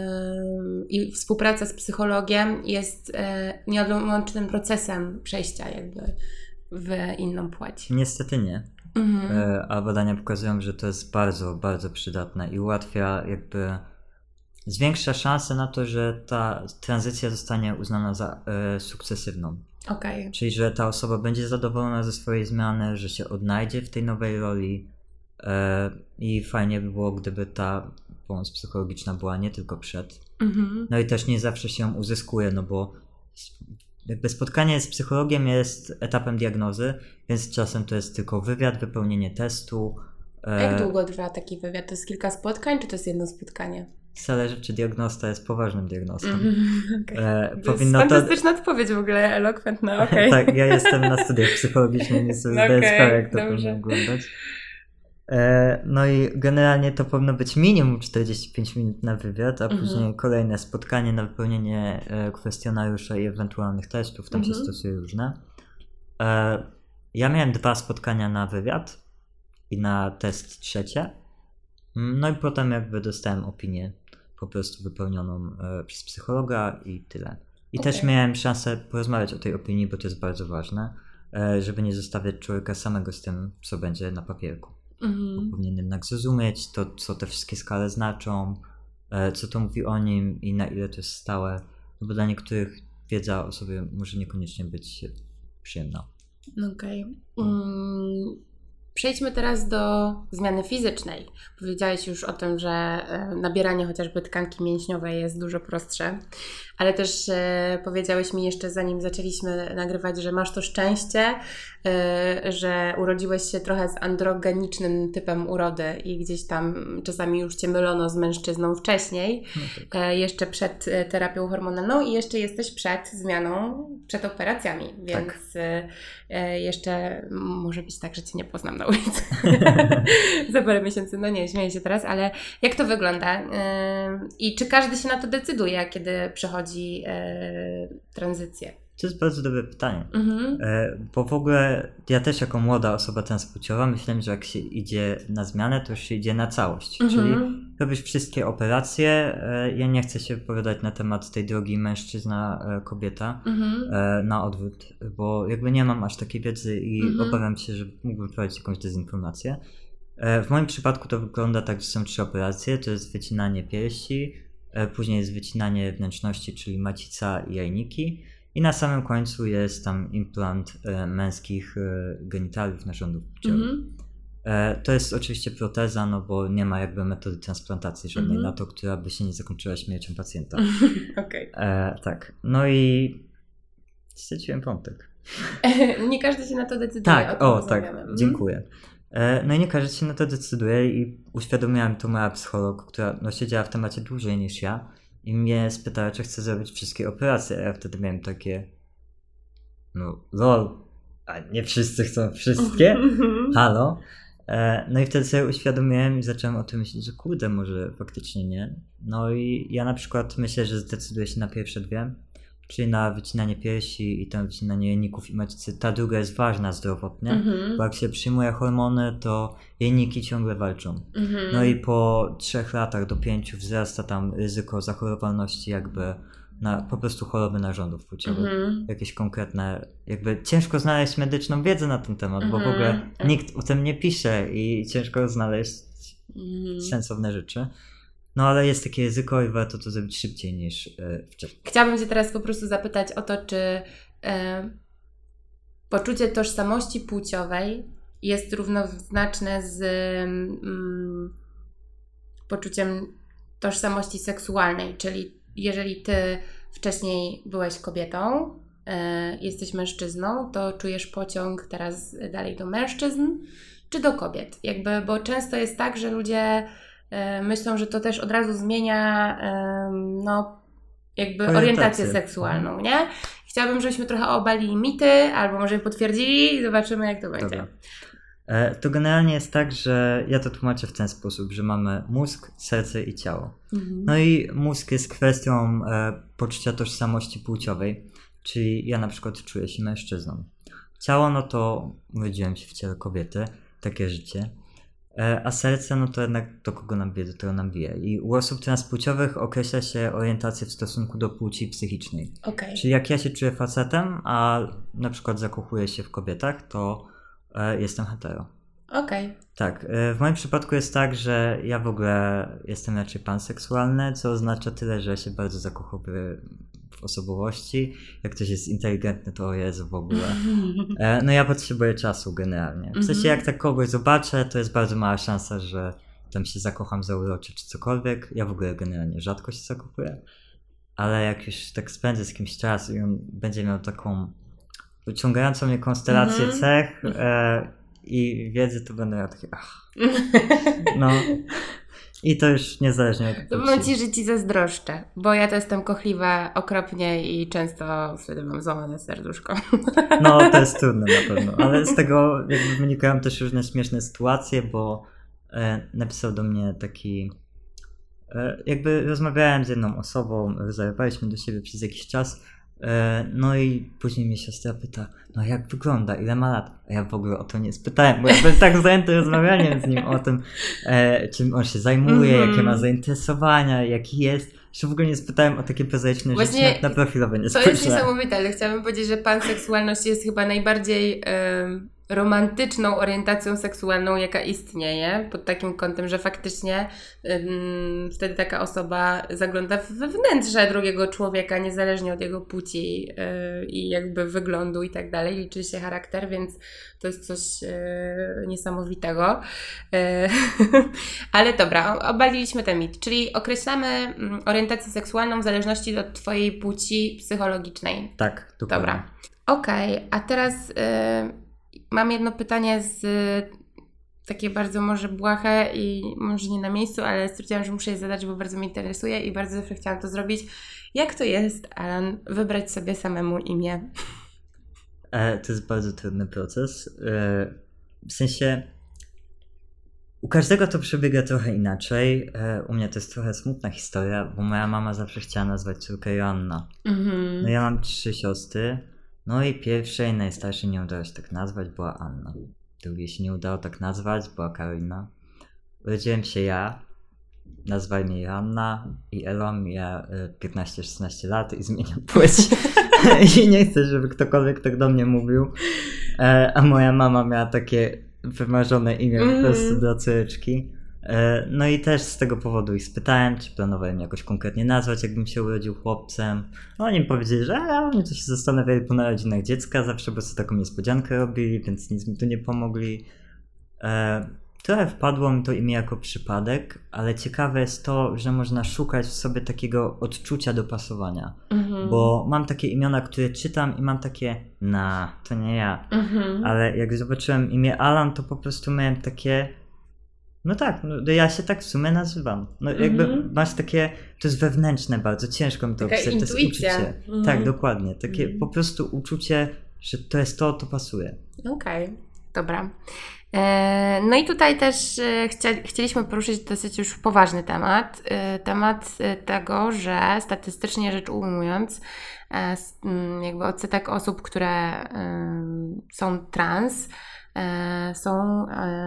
i współpraca z psychologiem jest nieodłącznym procesem przejścia jakby w inną płeć. Niestety nie. A badania pokazują, że to jest bardzo, bardzo przydatne i ułatwia zwiększa szanse na to, że ta tranzycja zostanie uznana za sukcesywną. Okay. Czyli, że ta osoba będzie zadowolona ze swojej zmiany, że się odnajdzie w tej nowej roli i fajnie by było, gdyby ta pomoc psychologiczna była nie tylko przed. No i też nie zawsze się ją uzyskuje, bo jakby spotkanie z psychologiem jest etapem diagnozy, więc czasem to jest tylko wywiad, wypełnienie testu. Jak długo trwa taki wywiad? To jest kilka spotkań, czy to jest jedno spotkanie? Zależy, czy diagnosta jest poważnym diagnostą. Okay. To jest fantastyczna odpowiedź w ogóle, elokwentna, okej. Tak, ja jestem na studiach psychologicznych, więc sobie zdaję sprawę, jak to powinno wyglądać. No i generalnie to powinno być minimum 45 minut na wywiad, a później kolejne spotkanie na wypełnienie kwestionariusza i ewentualnych testów, tam się stosuje różne. Ja miałem 2 spotkania na wywiad i na test trzecie. No i potem dostałem opinię po prostu wypełnioną przez psychologa i tyle. I też miałem szansę porozmawiać o tej opinii, bo to jest bardzo ważne, żeby nie zostawiać człowieka samego z tym, co będzie na papierku. Powinien jednak zrozumieć to, co te wszystkie skale znaczą, co to mówi o nim i na ile to jest stałe, bo dla niektórych wiedza o sobie może niekoniecznie być przyjemna. Okej. Przejdźmy teraz do zmiany fizycznej. Powiedziałeś już o tym, że nabieranie chociażby tkanki mięśniowej jest dużo prostsze, ale też powiedziałeś mi jeszcze zanim zaczęliśmy nagrywać, że masz to szczęście, że urodziłeś się trochę z androgenicznym typem urody i gdzieś tam czasami już Cię mylono z mężczyzną wcześniej, jeszcze przed terapią hormonalną i jeszcze jesteś przed zmianą, przed operacjami, więc jeszcze może być tak, że Cię nie poznam na ulicy za parę miesięcy. No nie, śmieję się teraz, ale jak to wygląda? I czy każdy się na to decyduje, kiedy przechodzi tranzycję? To jest bardzo dobre pytanie, bo w ogóle ja też jako młoda osoba transpłciowa myślałem, że jak się idzie na zmianę, to już się idzie na całość, czyli robisz wszystkie operacje. Ja nie chcę się wypowiadać na temat tej drogi mężczyzna-kobieta na odwrót, bo jakby nie mam aż takiej wiedzy i obawiam się, że mógłbym prowadzić jakąś dezinformację. W moim przypadku to wygląda tak, że są 3 operacje, to jest wycinanie piersi, później jest wycinanie wnętrzności, czyli macica i jajniki i na samym końcu jest tam implant męskich genitaliów, narządów płciowych. To jest oczywiście proteza, no bo nie ma jakby metody transplantacji żadnej na to, która by się nie zakończyła śmiercią pacjenta. Okay. Tak, no i straciłem wątek. Nie każdy się na to decyduje. Tak, tak, dziękuję. No i nie każdy się na to decyduje i uświadomiłam to moja psycholog, która siedziała w temacie dłużej niż ja i mnie spytała, czy chcę zrobić wszystkie operacje, a ja wtedy miałem takie lol, a nie wszyscy chcą wszystkie? Halo? No i wtedy sobie uświadomiłem i zacząłem o tym myśleć, że kurde, może faktycznie nie. No i ja na przykład myślę, że zdecyduję się na pierwsze dwie, czyli na wycinanie piersi i tam wycinanie jajników i macicy. Ta druga jest ważna zdrowotnie, bo jak się przyjmuje hormony, to jajniki ciągle walczą. No i po 3 latach do 5 wzrasta tam ryzyko zachorowalności jakby na po prostu choroby narządów płciowych. Jakieś konkretne, jakby ciężko znaleźć medyczną wiedzę na ten temat, bo w ogóle nikt o tym nie pisze i ciężko znaleźć sensowne rzeczy. No ale jest takie ryzyko i warto to zrobić szybciej niż wcześniej. Chciałabym Cię teraz po prostu zapytać o to, czy poczucie tożsamości płciowej jest równoznaczne z poczuciem tożsamości seksualnej, czyli jeżeli Ty wcześniej byłeś kobietą, jesteś mężczyzną, to czujesz pociąg teraz dalej do mężczyzn czy do kobiet? Bo często jest tak, że ludzie myślą, że to też od razu zmienia orientację seksualną, nie? Chciałabym, żebyśmy trochę obalili mity, albo może potwierdzili i zobaczymy, jak to będzie. Dobra. To generalnie jest tak, że ja to tłumaczę w ten sposób, że mamy mózg, serce i ciało. No i mózg jest kwestią poczucia tożsamości płciowej, czyli ja na przykład czuję się mężczyzną. Ciało, no to urodziłem się w ciele kobiety, takie życie. A serce, no to jednak do kogo nam bije, do tego nam bije. I u osób transpłciowych określa się orientację w stosunku do płci psychicznej. Okay. Czyli jak ja się czuję facetem, a na przykład zakochuję się w kobietach, to jestem hetero. Okej. Tak, w moim przypadku jest tak, że ja w ogóle jestem raczej panseksualny, co oznacza tyle, że się bardzo zakochuję w osobowości. Jak ktoś jest inteligentny, to jest w ogóle. No ja potrzebuję czasu generalnie. W sensie jak tak kogoś zobaczę, to jest bardzo mała szansa, że tam się zakocham, zauroczę czy cokolwiek. Ja w ogóle generalnie rzadko się zakochuję. Ale jak już tak spędzę z kimś czas i on będzie miał taką wyciągającą mnie konstelację cech i wiedzy, to będę miał takie no. I to już niezależnie od to powiem Ci, że Ci zazdroszczę, bo ja to jestem kochliwa okropnie i często wtedy mam złamane serduszko. No, to jest trudne na pewno, ale z tego jakby wynikają też różne śmieszne sytuacje, bo napisał do mnie taki jakby rozmawiałem z jedną osobą, rozmawialiśmy do siebie przez jakiś czas, no i później mnie siostra pyta, no jak wygląda, ile ma lat? A ja w ogóle o to nie spytałem, bo ja byłem tak zajęty rozmawianiem z nim o tym, czym on się zajmuje, jakie ma zainteresowania, jaki jest. Że w ogóle nie spytałem o takie prozaiczne rzeczy, na profilowe nie spytałem. To jest niesamowite, ale chciałabym powiedzieć, że panseksualność jest chyba najbardziej romantyczną orientacją seksualną, jaka istnieje, pod takim kątem, że faktycznie wtedy taka osoba zagląda we wnętrze drugiego człowieka, niezależnie od jego płci i jakby wyglądu i tak dalej, liczy się charakter, więc to jest coś niesamowitego. Ale dobra, obaliliśmy ten mit, czyli określamy orientację seksualną w zależności od Twojej płci psychologicznej. Tak, dokładnie. Dobra. Okej, a teraz mam jedno pytanie takie bardzo może błahe i może nie na miejscu, ale stwierdziłam, że muszę je zadać, bo bardzo mnie interesuje i bardzo zawsze chciałam to zrobić. Jak to jest, Alan, wybrać sobie samemu imię? To jest bardzo trudny proces. W sensie u każdego to przebiega trochę inaczej. U mnie to jest trochę smutna historia, bo moja mama zawsze chciała nazwać córkę Joanna. No ja mam 3 siostry. No i pierwszej, najstarszej nie udało się tak nazwać, była Anna. Drugiej się nie udało tak nazwać, była Karolina. Urodziłem się ja, nazwali mnie Joanna i Elon, ja 15-16 lat i zmieniam płeć. I nie chcę, żeby ktokolwiek tak do mnie mówił. A moja mama miała takie wymarzone imię po prostu dla córeczki. No i też z tego powodu ich spytałem, czy planowałem jakoś konkretnie nazwać, jakbym się urodził chłopcem. No oni mi powiedzieli, że oni to się zastanawiali po narodzinach dziecka zawsze, bo sobie taką niespodziankę robili, więc nic mi tu nie pomogli. Trochę wpadło mi to imię jako przypadek, ale ciekawe jest to, że można szukać w sobie takiego odczucia dopasowania. Bo mam takie imiona, które czytam i mam takie, to nie ja. Ale jak zobaczyłem imię Alan, to po prostu miałem takie, ja się tak w sumie nazywam. Jakby masz takie, to jest wewnętrzne bardzo, ciężko mi to opisać. To jest uczucie. Tak, dokładnie. Takie po prostu uczucie, że to jest to pasuje. Okej, dobra. No i tutaj też chcieliśmy poruszyć dosyć już poważny temat. Temat tego, że statystycznie rzecz ujmując, jakby odsetek osób, które są trans, są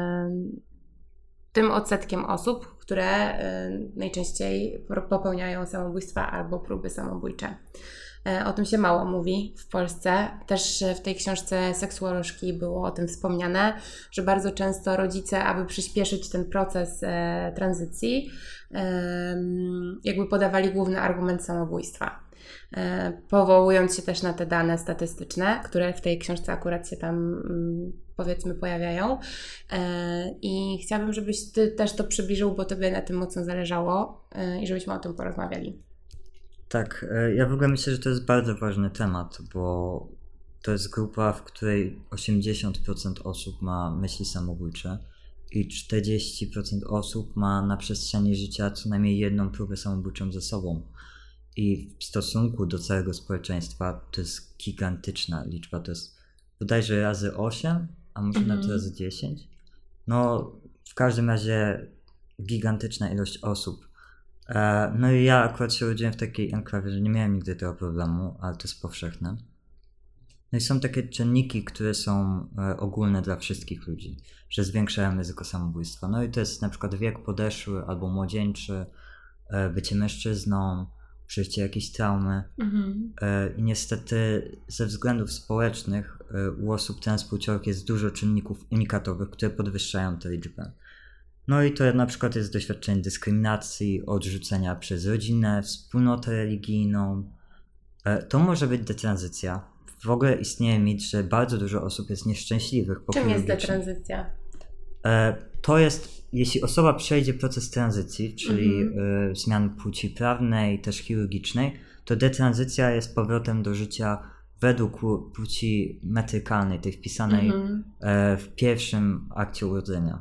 tym odsetkiem osób, które najczęściej popełniają samobójstwa albo próby samobójcze. O tym się mało mówi w Polsce. Też w tej książce seksuolożki było o tym wspomniane, że bardzo często rodzice, aby przyspieszyć ten proces tranzycji, jakby podawali główny argument samobójstwa. Powołując się też na te dane statystyczne, które w tej książce akurat się tam powiedzmy pojawiają. I chciałabym, żebyś Ty też to przybliżył, bo Tobie na tym mocno zależało i żebyśmy o tym porozmawiali. Tak, ja w ogóle myślę, że to jest bardzo ważny temat, bo to jest grupa, w której 80% osób ma myśli samobójcze i 40% osób ma na przestrzeni życia co najmniej jedną próbę samobójczą ze sobą. I w stosunku do całego społeczeństwa to jest gigantyczna liczba, to jest bodajże razy 8, a może nawet razy 10. W każdym razie gigantyczna ilość osób. No i ja akurat się urodziłem w takiej enklawie, że nie miałem nigdy tego problemu, ale to jest powszechne. No i są takie czynniki, które są ogólne dla wszystkich ludzi, że zwiększają ryzyko samobójstwa. No i to jest na przykład wiek podeszły albo młodzieńczy, bycie mężczyzną, przeżycie jakiejś traumy. I niestety ze względów społecznych u osób transpłciowych jest dużo czynników unikatowych, które podwyższają tę liczbę. No i to na przykład jest doświadczenie dyskryminacji, odrzucenia przez rodzinę, wspólnotę religijną. To może być detranzycja. W ogóle istnieje mit, że bardzo dużo osób jest nieszczęśliwych. Czym jest detranzycja? To jest, jeśli osoba przejdzie proces tranzycji, czyli zmian płci prawnej, też chirurgicznej, to detranzycja jest powrotem do życia według płci metrykalnej, tej wpisanej w pierwszym akcie urodzenia.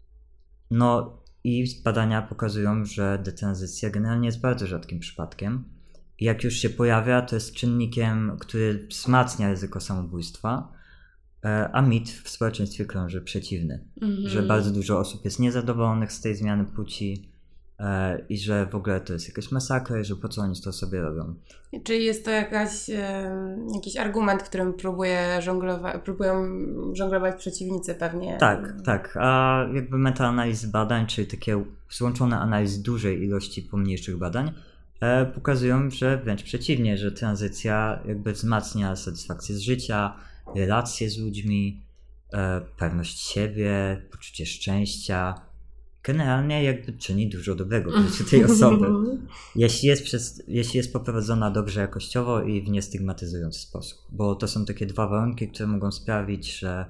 No i badania pokazują, że detranzycja generalnie jest bardzo rzadkim przypadkiem. I jak już się pojawia, to jest czynnikiem, który wzmacnia ryzyko samobójstwa, a mit w społeczeństwie krąży przeciwny. Że bardzo dużo osób jest niezadowolonych z tej zmiany płci i że w ogóle to jest jakaś masakra, że po co oni to sobie robią. Czyli jest to jakiś argument, którym próbują żonglować przeciwnicy pewnie. Tak. A jakby metaanalizy badań, czyli takie złączone analizy dużej ilości pomniejszych badań, pokazują, że wręcz przeciwnie, że tranzycja jakby wzmacnia satysfakcję z życia, relacje z ludźmi, pewność siebie, poczucie szczęścia. Generalnie jakby czyni dużo dobrego w życiu tej osoby, jeśli jest poprowadzona dobrze jakościowo i w niestygmatyzujący sposób. Bo to są takie dwa warunki, które mogą sprawić, że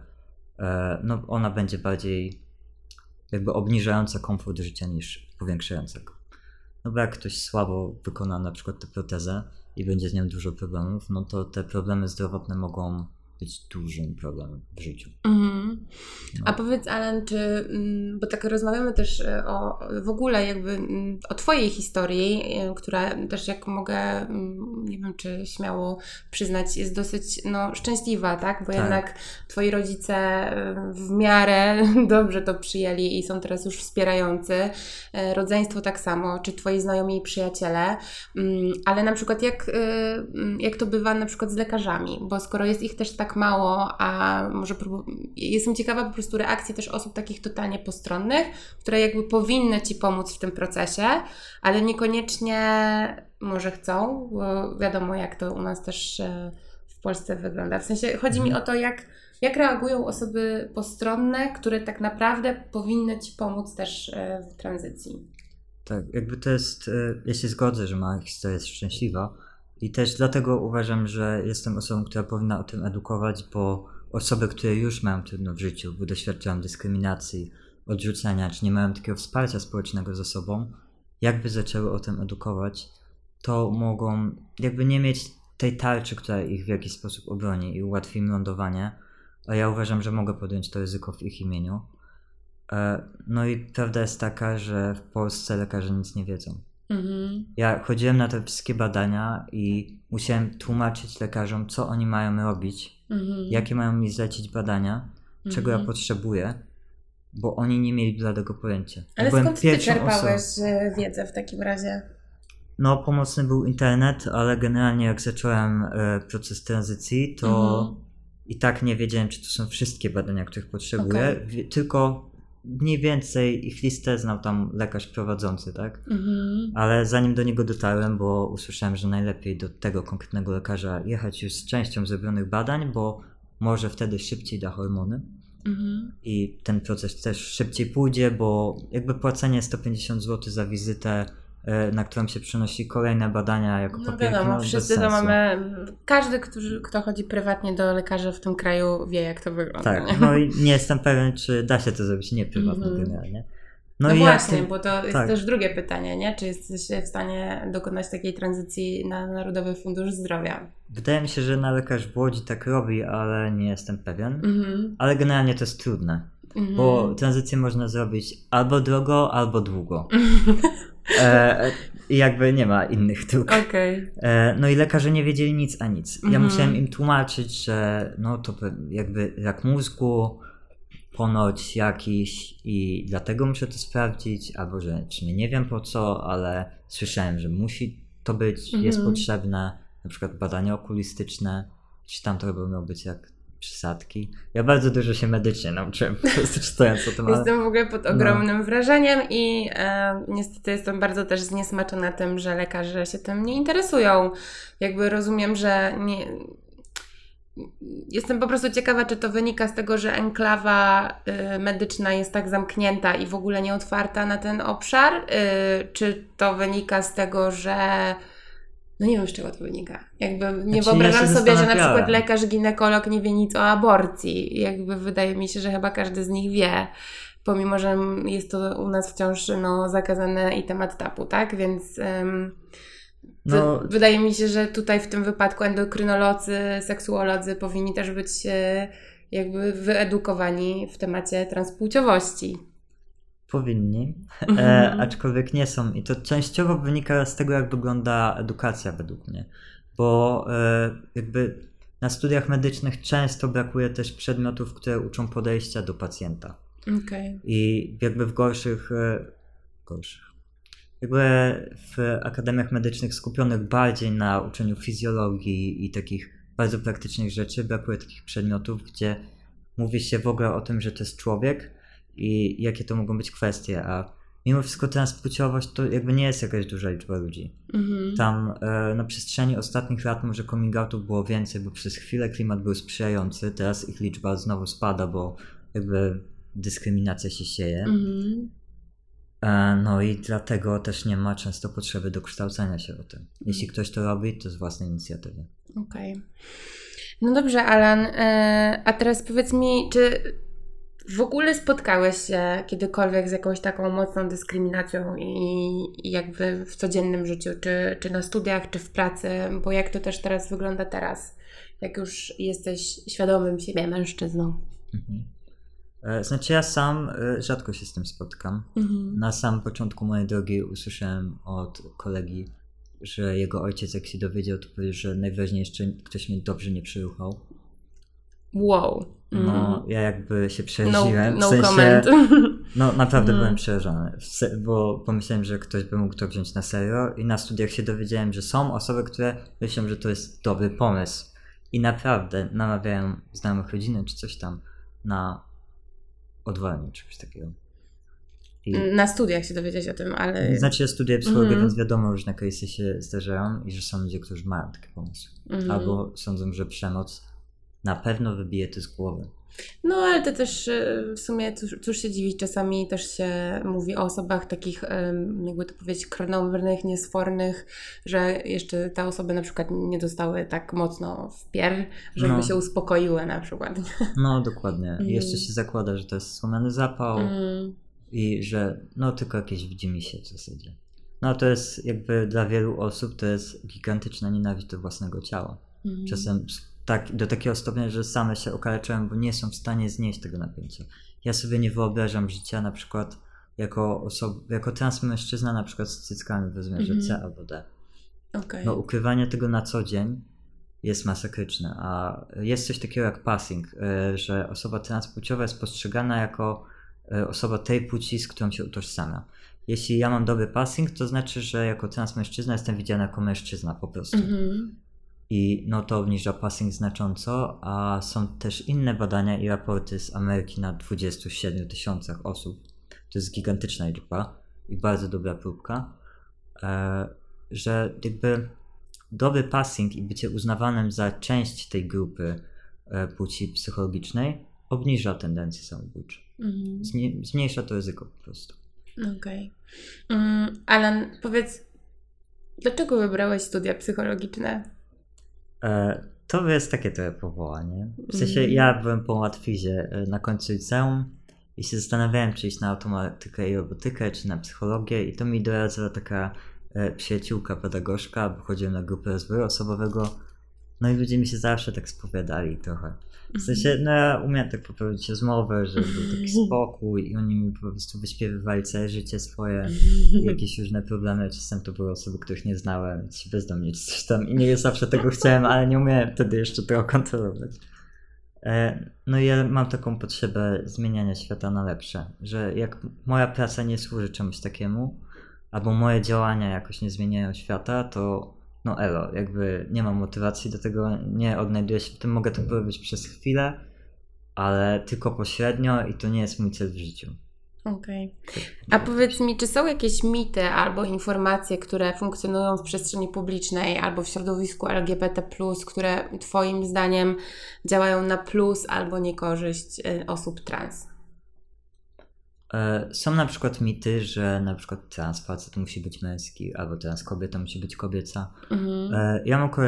ona będzie bardziej jakby obniżająca komfort życia niż powiększająca go. No bo jak ktoś słabo wykona na przykład tę protezę i będzie z nią dużo problemów, no to te problemy zdrowotne mogą być dużym problemem w życiu. A powiedz, Alan, bo tak rozmawiamy też w ogóle jakby o Twojej historii, która też, jak mogę, nie wiem czy śmiało przyznać, jest dosyć szczęśliwa, tak? Bo jednak Twoi rodzice w miarę dobrze to przyjęli i są teraz już wspierający. Rodzeństwo tak samo, czy Twoi znajomi i przyjaciele. Ale na przykład jak to bywa na przykład z lekarzami? Bo skoro jest ich też tak mało, a może jestem ciekawa po prostu reakcji też osób takich totalnie postronnych, które jakby powinny Ci pomóc w tym procesie, ale niekoniecznie może chcą, bo wiadomo jak to u nas też w Polsce wygląda. W sensie chodzi mi o to, Jak reagują osoby postronne, które tak naprawdę powinny Ci pomóc też w tranzycji? Tak, jakby to jest, ja się zgodzę, że moja historia jest szczęśliwa i też dlatego uważam, że jestem osobą, która powinna o tym edukować, bo osoby, które już mają trudno w życiu, bo doświadczają dyskryminacji, odrzucenia, czy nie mają takiego wsparcia społecznego ze sobą, jakby zaczęły o tym edukować, to mogą jakby nie mieć tej tarczy, która ich w jakiś sposób obroni i ułatwi im lądowanie, a ja uważam, że mogę podjąć to ryzyko w ich imieniu. No i prawda jest taka, że w Polsce lekarze nic nie wiedzą. Ja chodziłem na te wszystkie badania i musiałem tłumaczyć lekarzom, co oni mają robić, jakie mają mi zlecić badania, czego ja potrzebuję, bo oni nie mieli bladego pojęcia. Ale skąd ty czerpałeś wiedzę w takim razie? No, pomocny był internet, ale generalnie jak zacząłem proces tranzycji, to i tak nie wiedziałem, czy to są wszystkie badania, których potrzebuję, tylko mniej więcej ich listę znał tam lekarz prowadzący, tak? Ale zanim do niego dotarłem, bo usłyszałem, że najlepiej do tego konkretnego lekarza jechać już z częścią zrobionych badań, bo może wtedy szybciej da hormony i ten proces też szybciej pójdzie, bo jakby płacenie 150 zł za wizytę, na którą się przynosi kolejne badania jako papierki, wiadomo, wszyscy to mamy, każdy, kto chodzi prywatnie do lekarza w tym kraju wie, jak to wygląda. Tak, nie? No i nie jestem pewien, czy da się to zrobić nieprywatnie generalnie. No właśnie, bo to jest też drugie pytanie, nie? Czy jesteś w stanie dokonać takiej tranzycji na Narodowy Fundusz Zdrowia? Wydaje mi się, że na lekarz w Łodzi tak robi, ale nie jestem pewien. Ale generalnie to jest trudne, bo tranzycję można zrobić albo drogo, albo długo. I jakby nie ma innych dróg. No i lekarze nie wiedzieli nic a nic. Ja musiałem im tłumaczyć, że no to jakby rak mózgu, ponoć jakiś i dlatego muszę to sprawdzić, albo że w sumie nie wiem po co, ale słyszałem, że musi to być, jest potrzebne, na przykład badania okulistyczne, czy tam to miało być jak przysadki. Ja bardzo dużo się medycznie nauczyłem, po prostu czytając o tym. Jestem w ogóle pod ogromnym wrażeniem i niestety jestem bardzo też zniesmaczona tym, że lekarze się tym nie interesują. Jakby rozumiem, że nie... Jestem po prostu ciekawa, czy to wynika z tego, że enklawa medyczna jest tak zamknięta i w ogóle nie otwarta na ten obszar, czy to wynika z tego, że no nie wiem, z czego to wynika. Jakby nie wyobrażam sobie, że na przykład lekarz, ginekolog nie wie nic o aborcji. Jakby wydaje mi się, że chyba każdy z nich wie, pomimo że jest to u nas wciąż zakazane i temat tabu, tak? Więc wydaje mi się, że tutaj w tym wypadku endokrynolodzy, seksuolodzy powinni też być jakby wyedukowani w temacie transpłciowości. Powinni, aczkolwiek nie są i to częściowo wynika z tego, jak wygląda edukacja według mnie, bo jakby na studiach medycznych często brakuje też przedmiotów, które uczą podejścia do pacjenta. I jakby w gorszych jakby w akademiach medycznych skupionych bardziej na uczeniu fizjologii i takich bardzo praktycznych rzeczy brakuje takich przedmiotów, gdzie mówi się w ogóle o tym, że to jest człowiek i jakie to mogą być kwestie, a mimo wszystko transpłciowość to jakby nie jest jakaś duża liczba ludzi. Tam na przestrzeni ostatnich lat może coming outów było więcej, bo przez chwilę klimat był sprzyjający, teraz ich liczba znowu spada, bo jakby dyskryminacja się sieje. No i dlatego też nie ma często potrzeby do kształcenia się o tym. Jeśli ktoś to robi, to z własnej inicjatywy. No dobrze, Alan, a teraz powiedz mi, czy w ogóle spotkałeś się kiedykolwiek z jakąś taką mocną dyskryminacją i jakby w codziennym życiu, czy na studiach, czy w pracy, bo jak to też teraz wygląda teraz, jak już jesteś świadomym siebie mężczyzną? Znaczy ja sam rzadko się z tym spotkam. Na samym początku mojej drogi usłyszałem od kolegi, że jego ojciec jak się dowiedział, to powiedział, że najwyraźniej jeszcze ktoś mnie dobrze nie przyruchał. Wow. No, ja jakby się przeraziłem. No w sensie, comment. No naprawdę byłem przerażony, bo pomyślałem, że ktoś by mógł to wziąć na serio i na studiach się dowiedziałem, że są osoby, które myślą, że to jest dobry pomysł i naprawdę namawiają znajomych rodziny czy coś tam na odwołanie czegoś takiego. Na studiach się dowiedzieć o tym, ale... Znaczy ja studiuję psychologię, więc wiadomo, różne case'y się zdarzają i że są ludzie, którzy mają takie pomysły. Albo sądzą, że przemoc na pewno wybije to z głowy. No ale to też w sumie, cóż się dziwić, czasami też się mówi o osobach takich, jakby to powiedzieć, krnąbrnych, niesfornych, że jeszcze te osoby na przykład nie dostały tak mocno w pierś, żeby się uspokoiły na przykład. No dokładnie. Jeszcze się zakłada, że to jest słomiany zapał i że no tylko jakieś widzimisię w zasadzie. No to jest jakby dla wielu osób to jest gigantyczna nienawiść do własnego ciała. Czasem tak, do takiego stopnia, że same się okaleczają, bo nie są w stanie znieść tego napięcia. Ja sobie nie wyobrażam życia na przykład jako transmężczyzna na przykład z cyckami w rozmiarze C albo D. Okay. No ukrywanie tego na co dzień jest masakryczne, a jest coś takiego jak passing, że osoba transpłciowa jest postrzegana jako osoba tej płci, z którą się utożsamia. Jeśli ja mam dobry passing, to znaczy, że jako transmężczyzna jestem widziany jako mężczyzna po prostu. I no to obniża passing znacząco, a są też inne badania i raporty z Ameryki na 27 000 osób. To jest gigantyczna liczba i bardzo dobra próbka, że jakby dobry passing i bycie uznawanym za część tej grupy płci psychologicznej obniża tendencje samobójcze. Zmniejsza to ryzyko po prostu. Okej. Alan, powiedz, dlaczego wybrałeś studia psychologiczne? To jest takie trochę powołanie. W sensie ja byłem po łatwizie na końcu liceum i się zastanawiałem, czy iść na automatykę i robotykę, czy na psychologię i to mi doradzała taka przyjaciółka pedagogzka, bo chodziłem na grupę rozwoju osobowego. No i ludzie mi się zawsze tak spowiadali trochę. W sensie, no ja umiałem tak poprowadzić rozmowę, że był taki spokój i oni mi po prostu wyśpiewywali całe życie swoje, jakieś różne problemy. Czasem to były osoby, których nie znałem, więc się bezdomnie czy coś tam i nie zawsze tego chciałem, ale nie umiałem wtedy jeszcze tego kontrolować. No i ja mam taką potrzebę zmieniania świata na lepsze, że jak moja praca nie służy czemuś takiemu, albo moje działania jakoś nie zmieniają świata, to no elo, jakby nie mam motywacji do tego, nie odnajduję się w tym, mogę to porobić przez chwilę, ale tylko pośrednio i to nie jest mój cel w życiu. Okej. A powiedz mi, czy są jakieś mity albo informacje, które funkcjonują w przestrzeni publicznej albo w środowisku LGBT+, które twoim zdaniem działają na plus albo niekorzyść osób trans? Są na przykład mity, że na przykład trans facet musi być męski, albo trans kobieta musi być kobieca. Ja mam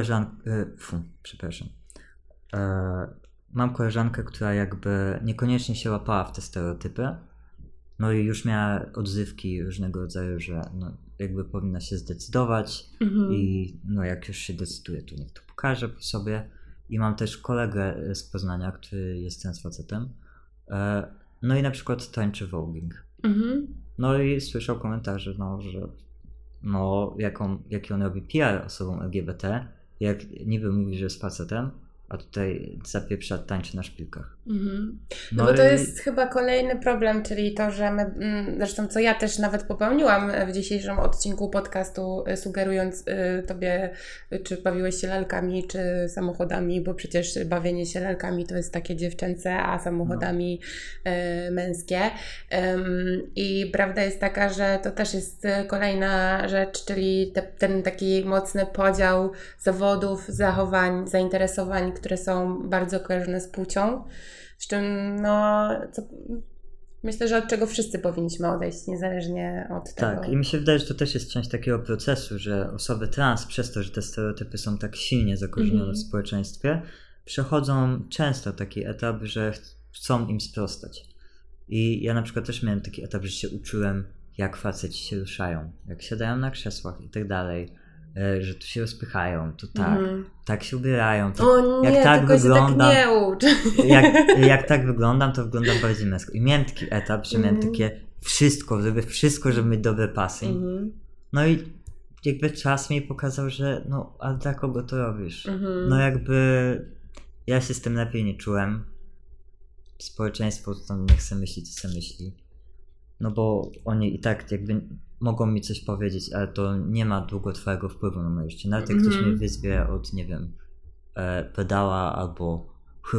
mam koleżankę, która jakby niekoniecznie się łapała w te stereotypy. No i już miała odzywki różnego rodzaju, że no jakby powinna się zdecydować i no jak już się decyduje, to niech to pokaże po sobie. I mam też kolegę z Poznania, który jest trans facetem. No i na przykład tańczy voguing. No i słyszał komentarze, no, że no, jaki on robi PR osobom LGBT, jak niby mówi, że jest facetem, a tutaj zapieprza tańczy na szpilkach. No bo to jest chyba kolejny problem, czyli to, że my, zresztą co ja też nawet popełniłam w dzisiejszym odcinku podcastu, sugerując tobie, czy bawiłeś się lalkami, czy samochodami, bo przecież bawienie się lalkami to jest takie dziewczęce, a samochodami męskie. I prawda jest taka, że to też jest kolejna rzecz, czyli ten taki mocny podział zawodów, zachowań, zainteresowań, które są bardzo kojarzone z płcią. Z czym, myślę, że od czego wszyscy powinniśmy odejść, niezależnie od tego. Tak, i mi się wydaje, że to też jest część takiego procesu, że osoby trans, przez to, że te stereotypy są tak silnie zakorzenione w społeczeństwie, przechodzą często taki etap, że chcą im sprostać. I ja na przykład też miałem taki etap, że się uczyłem, jak faceci się ruszają, jak siadają na krzesłach i tak dalej. Że tu się rozpychają, to tak się ubierają. To, o nie, jak tak tylko wyglądam, się tak nie ucz. jak tak wyglądam, to wyglądam bardziej męsko. I miałem taki etap, że miałem takie wszystko, żeby mieć dobre passing. No i jakby czas mi pokazał, że no, ale dla kogo to robisz? No jakby ja się z tym lepiej nie czułem. Społeczeństwo tam niech se myśli, co se myśli. No bo oni i tak jakby mogą mi coś powiedzieć, ale to nie ma długotrwałego wpływu na moje życie. Nawet jak ktoś mnie wyzwie od, nie wiem, pedała albo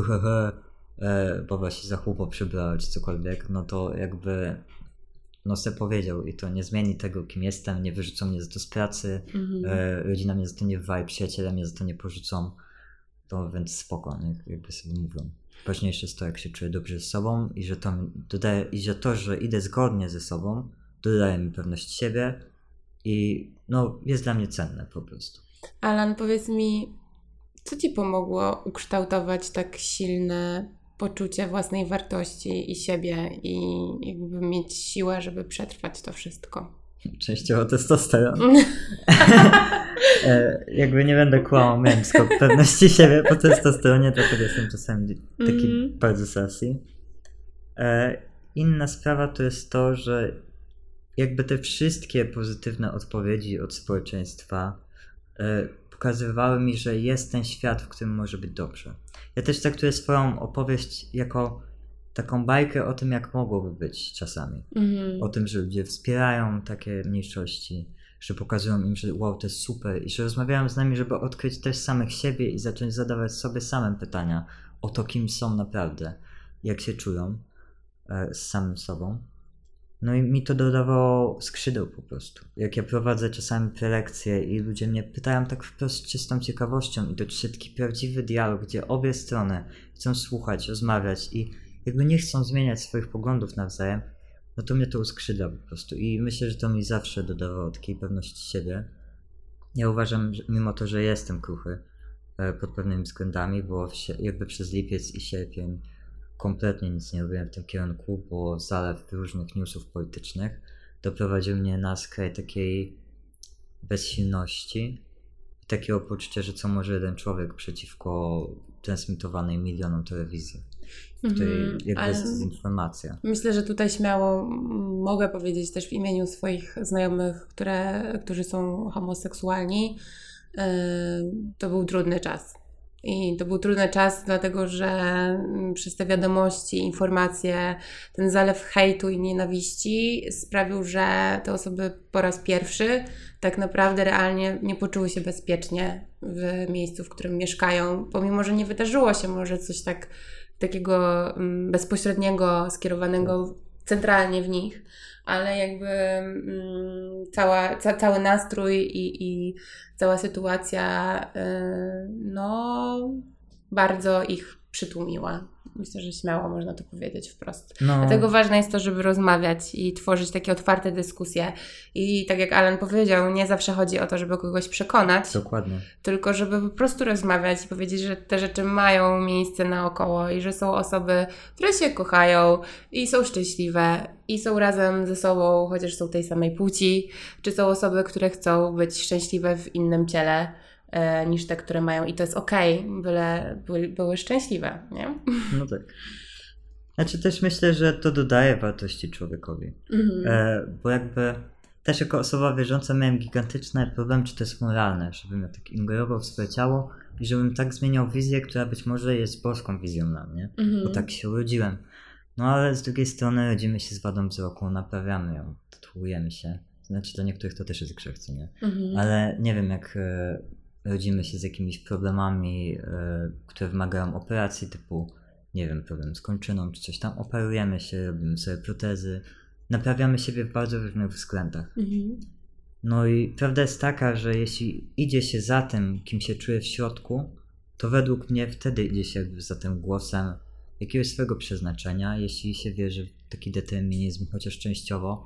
baba się za chłopo przybrała czy cokolwiek, no to jakby no se powiedział i to nie zmieni tego, kim jestem, nie wyrzucą mnie za to z pracy, rodzina mnie za to nie wywali, przyjaciele mnie za to nie porzucą. to więc spoko, jakby sobie mówią. Ważniejsze jest to, jak się czuję dobrze z sobą i że to dodaje, i że to, że idę zgodnie ze sobą, dodaje mi pewność siebie i no, jest dla mnie cenne po prostu. Alan, powiedz mi, co Ci pomogło ukształtować tak silne poczucie własnej wartości i siebie i jakby mieć siłę, żeby przetrwać to wszystko? Częściowo testosteron. Jakby nie będę kłamał, miałem skok pewności siebie po testosteronie, dlatego jestem czasami taki bardzo sassy. Inna sprawa to jest to, że jakby te wszystkie pozytywne odpowiedzi od społeczeństwa pokazywały mi, że jest ten świat, w którym może być dobrze. Ja też traktuję swoją opowieść jako taką bajkę o tym, jak mogłoby być czasami. O tym, że ludzie wspierają takie mniejszości, że pokazują im, że wow, to jest super i że rozmawiają z nami, żeby odkryć też samych siebie i zacząć zadawać sobie samym pytania o to, kim są naprawdę, jak się czują z samym sobą. No i mi to dodawało skrzydeł po prostu. Jak ja prowadzę czasami prelekcje i ludzie mnie pytają tak wprost czystą ciekawością i to jest taki prawdziwy dialog, gdzie obie strony chcą słuchać, rozmawiać i jakby nie chcą zmieniać swoich poglądów nawzajem, no to mnie to uskrzydla po prostu i myślę, że to mi zawsze dodawało takiej pewności siebie. Ja uważam, że mimo to, że jestem kruchy pod pewnymi względami, bo jakby przez lipiec i sierpień kompletnie nic nie robiłem w tym kierunku, bo zalew różnych newsów politycznych doprowadził mnie na skraj takiej bezsilności i takiego poczucia, że co może jeden człowiek przeciwko transmitowanej milionom telewizji, w której jakby jest informacja. Myślę, że tutaj śmiało mogę powiedzieć też w imieniu swoich znajomych, którzy są homoseksualni, to był trudny czas. I to był trudny czas, dlatego że przez te wiadomości, informacje, ten zalew hejtu i nienawiści sprawił, że te osoby po raz pierwszy tak naprawdę realnie nie poczuły się bezpiecznie w miejscu, w którym mieszkają, pomimo że nie wydarzyło się może coś takiego bezpośredniego, skierowanego centralnie w nich, ale jakby cały nastrój i cała sytuacja no bardzo ich przytłumiła. Myślę, że śmiało można to powiedzieć wprost. No. Dlatego ważne jest to, żeby rozmawiać i tworzyć takie otwarte dyskusje. I tak jak Alan powiedział, nie zawsze chodzi o to, żeby kogoś przekonać. Dokładnie. Tylko żeby po prostu rozmawiać i powiedzieć, że te rzeczy mają miejsce naokoło i że są osoby, które się kochają i są szczęśliwe i są razem ze sobą, chociaż są tej samej płci. Czy są osoby, które chcą być szczęśliwe w innym ciele niż te, które mają i to jest okej, byle były szczęśliwe, nie? No tak. Znaczy też myślę, że to dodaje wartości człowiekowi, bo jakby też jako osoba wierząca miałem gigantyczny problem, czy to jest moralne, żebym ja tak ingerował w swoje ciało i żebym tak zmieniał wizję, która być może jest boską wizją na mnie, bo tak się urodziłem. No ale z drugiej strony rodzimy się z wadą wzroku, naprawiamy ją, tatuujemy się. Znaczy dla niektórych to też jest grzech, co nie? Ale nie wiem, jak rodzimy się z jakimiś problemami, które wymagają operacji, typu, nie wiem, problem z kończyną, czy coś tam, operujemy się, robimy sobie protezy, naprawiamy siebie w bardzo różnych względach. No i prawda jest taka, że jeśli idzie się za tym, kim się czuje w środku, to według mnie wtedy idzie się jakby za tym głosem jakiegoś swojego przeznaczenia, jeśli się wierzy w taki determinizm, chociaż częściowo,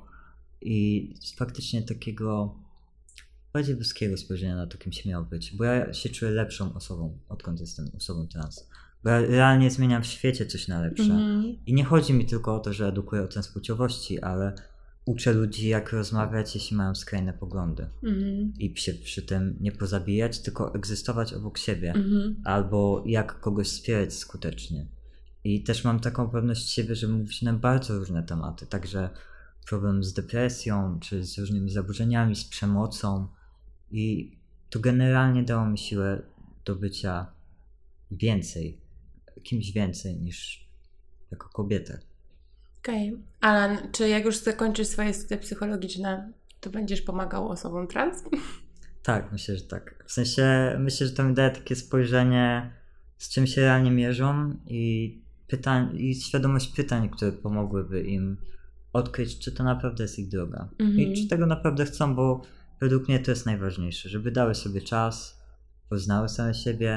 i faktycznie takiego bardziej ludzkiego spojrzenia na to, kim się miało być, bo ja się czuję lepszą osobą, odkąd jestem osobą trans. Bo ja realnie zmieniam w świecie coś na lepsze. I nie chodzi mi tylko o to, że edukuję o transpłciowości, ale uczę ludzi, jak rozmawiać, jeśli mają skrajne poglądy. I się przy tym nie pozabijać, tylko egzystować obok siebie. Albo jak kogoś wspierać skutecznie. I też mam taką pewność siebie, że mówić na bardzo różne tematy. Także problem z depresją, czy z różnymi zaburzeniami, z przemocą. I to generalnie dało mi siłę do bycia kimś więcej niż jako kobietę. Okej. Alan, czy jak już zakończysz swoje studia psychologiczne, to będziesz pomagał osobom trans? Tak, myślę, że tak. W sensie, myślę, że to mi daje takie spojrzenie, z czym się realnie mierzą i świadomość pytań, które pomogłyby im odkryć, czy to naprawdę jest ich droga. I czy tego naprawdę chcą, bo według mnie to jest najważniejsze, żeby dały sobie czas, poznały same siebie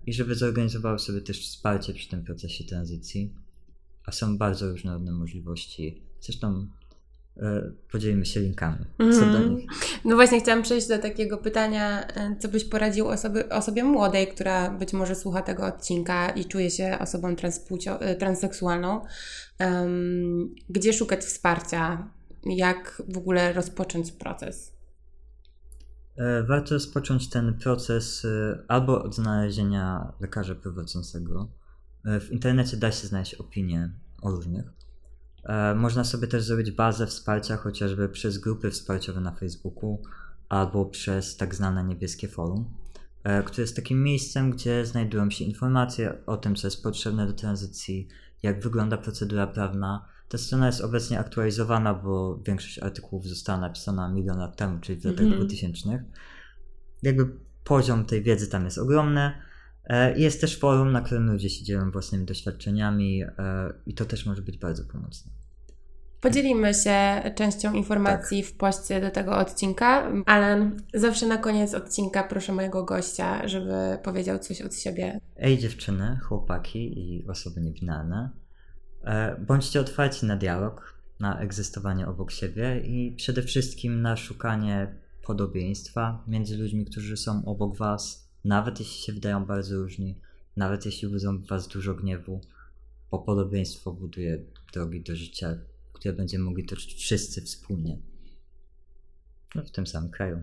i żeby zorganizowały sobie też wsparcie przy tym procesie tranzycji, a są bardzo różnorodne możliwości. Zresztą podzielimy się linkami co do nich. No właśnie, chciałam przejść do takiego pytania, co byś poradził osobie młodej, która być może słucha tego odcinka i czuje się osobą transseksualną. Gdzie szukać wsparcia? Jak w ogóle rozpocząć proces? Warto rozpocząć ten proces albo od znalezienia lekarza prowadzącego. W internecie da się znaleźć opinie o różnych. Można sobie też zrobić bazę wsparcia chociażby przez grupy wsparciowe na Facebooku albo przez tak zwane niebieskie forum, które jest takim miejscem, gdzie znajdują się informacje o tym, co jest potrzebne do tranzycji, jak wygląda procedura prawna. Ta strona jest obecnie aktualizowana, bo większość artykułów została napisana milion lat temu, czyli w latach 2000. Jakby poziom tej wiedzy tam jest ogromny. Jest też forum, na którym ludzie się dzielą własnymi doświadczeniami i to też może być bardzo pomocne. Podzielimy się częścią informacji w poście do tego odcinka. Alan, zawsze na koniec odcinka proszę mojego gościa, żeby powiedział coś od siebie. Ej dziewczyny, chłopaki i osoby niebinarne, bądźcie otwarci na dialog, na egzystowanie obok siebie i przede wszystkim na szukanie podobieństwa między ludźmi, którzy są obok was, nawet jeśli się wydają bardzo różni, nawet jeśli budzą w was dużo gniewu, bo podobieństwo buduje drogi do życia, które będziemy mogli toczyć wszyscy wspólnie. No w tym samym kraju.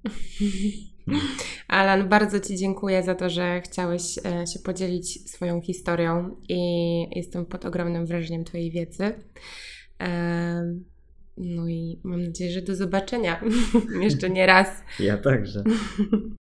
Alan, bardzo Ci dziękuję za to, że chciałeś się podzielić swoją historią i jestem pod ogromnym wrażeniem Twojej wiedzy. No i mam nadzieję, że do zobaczenia jeszcze nie raz. Ja także.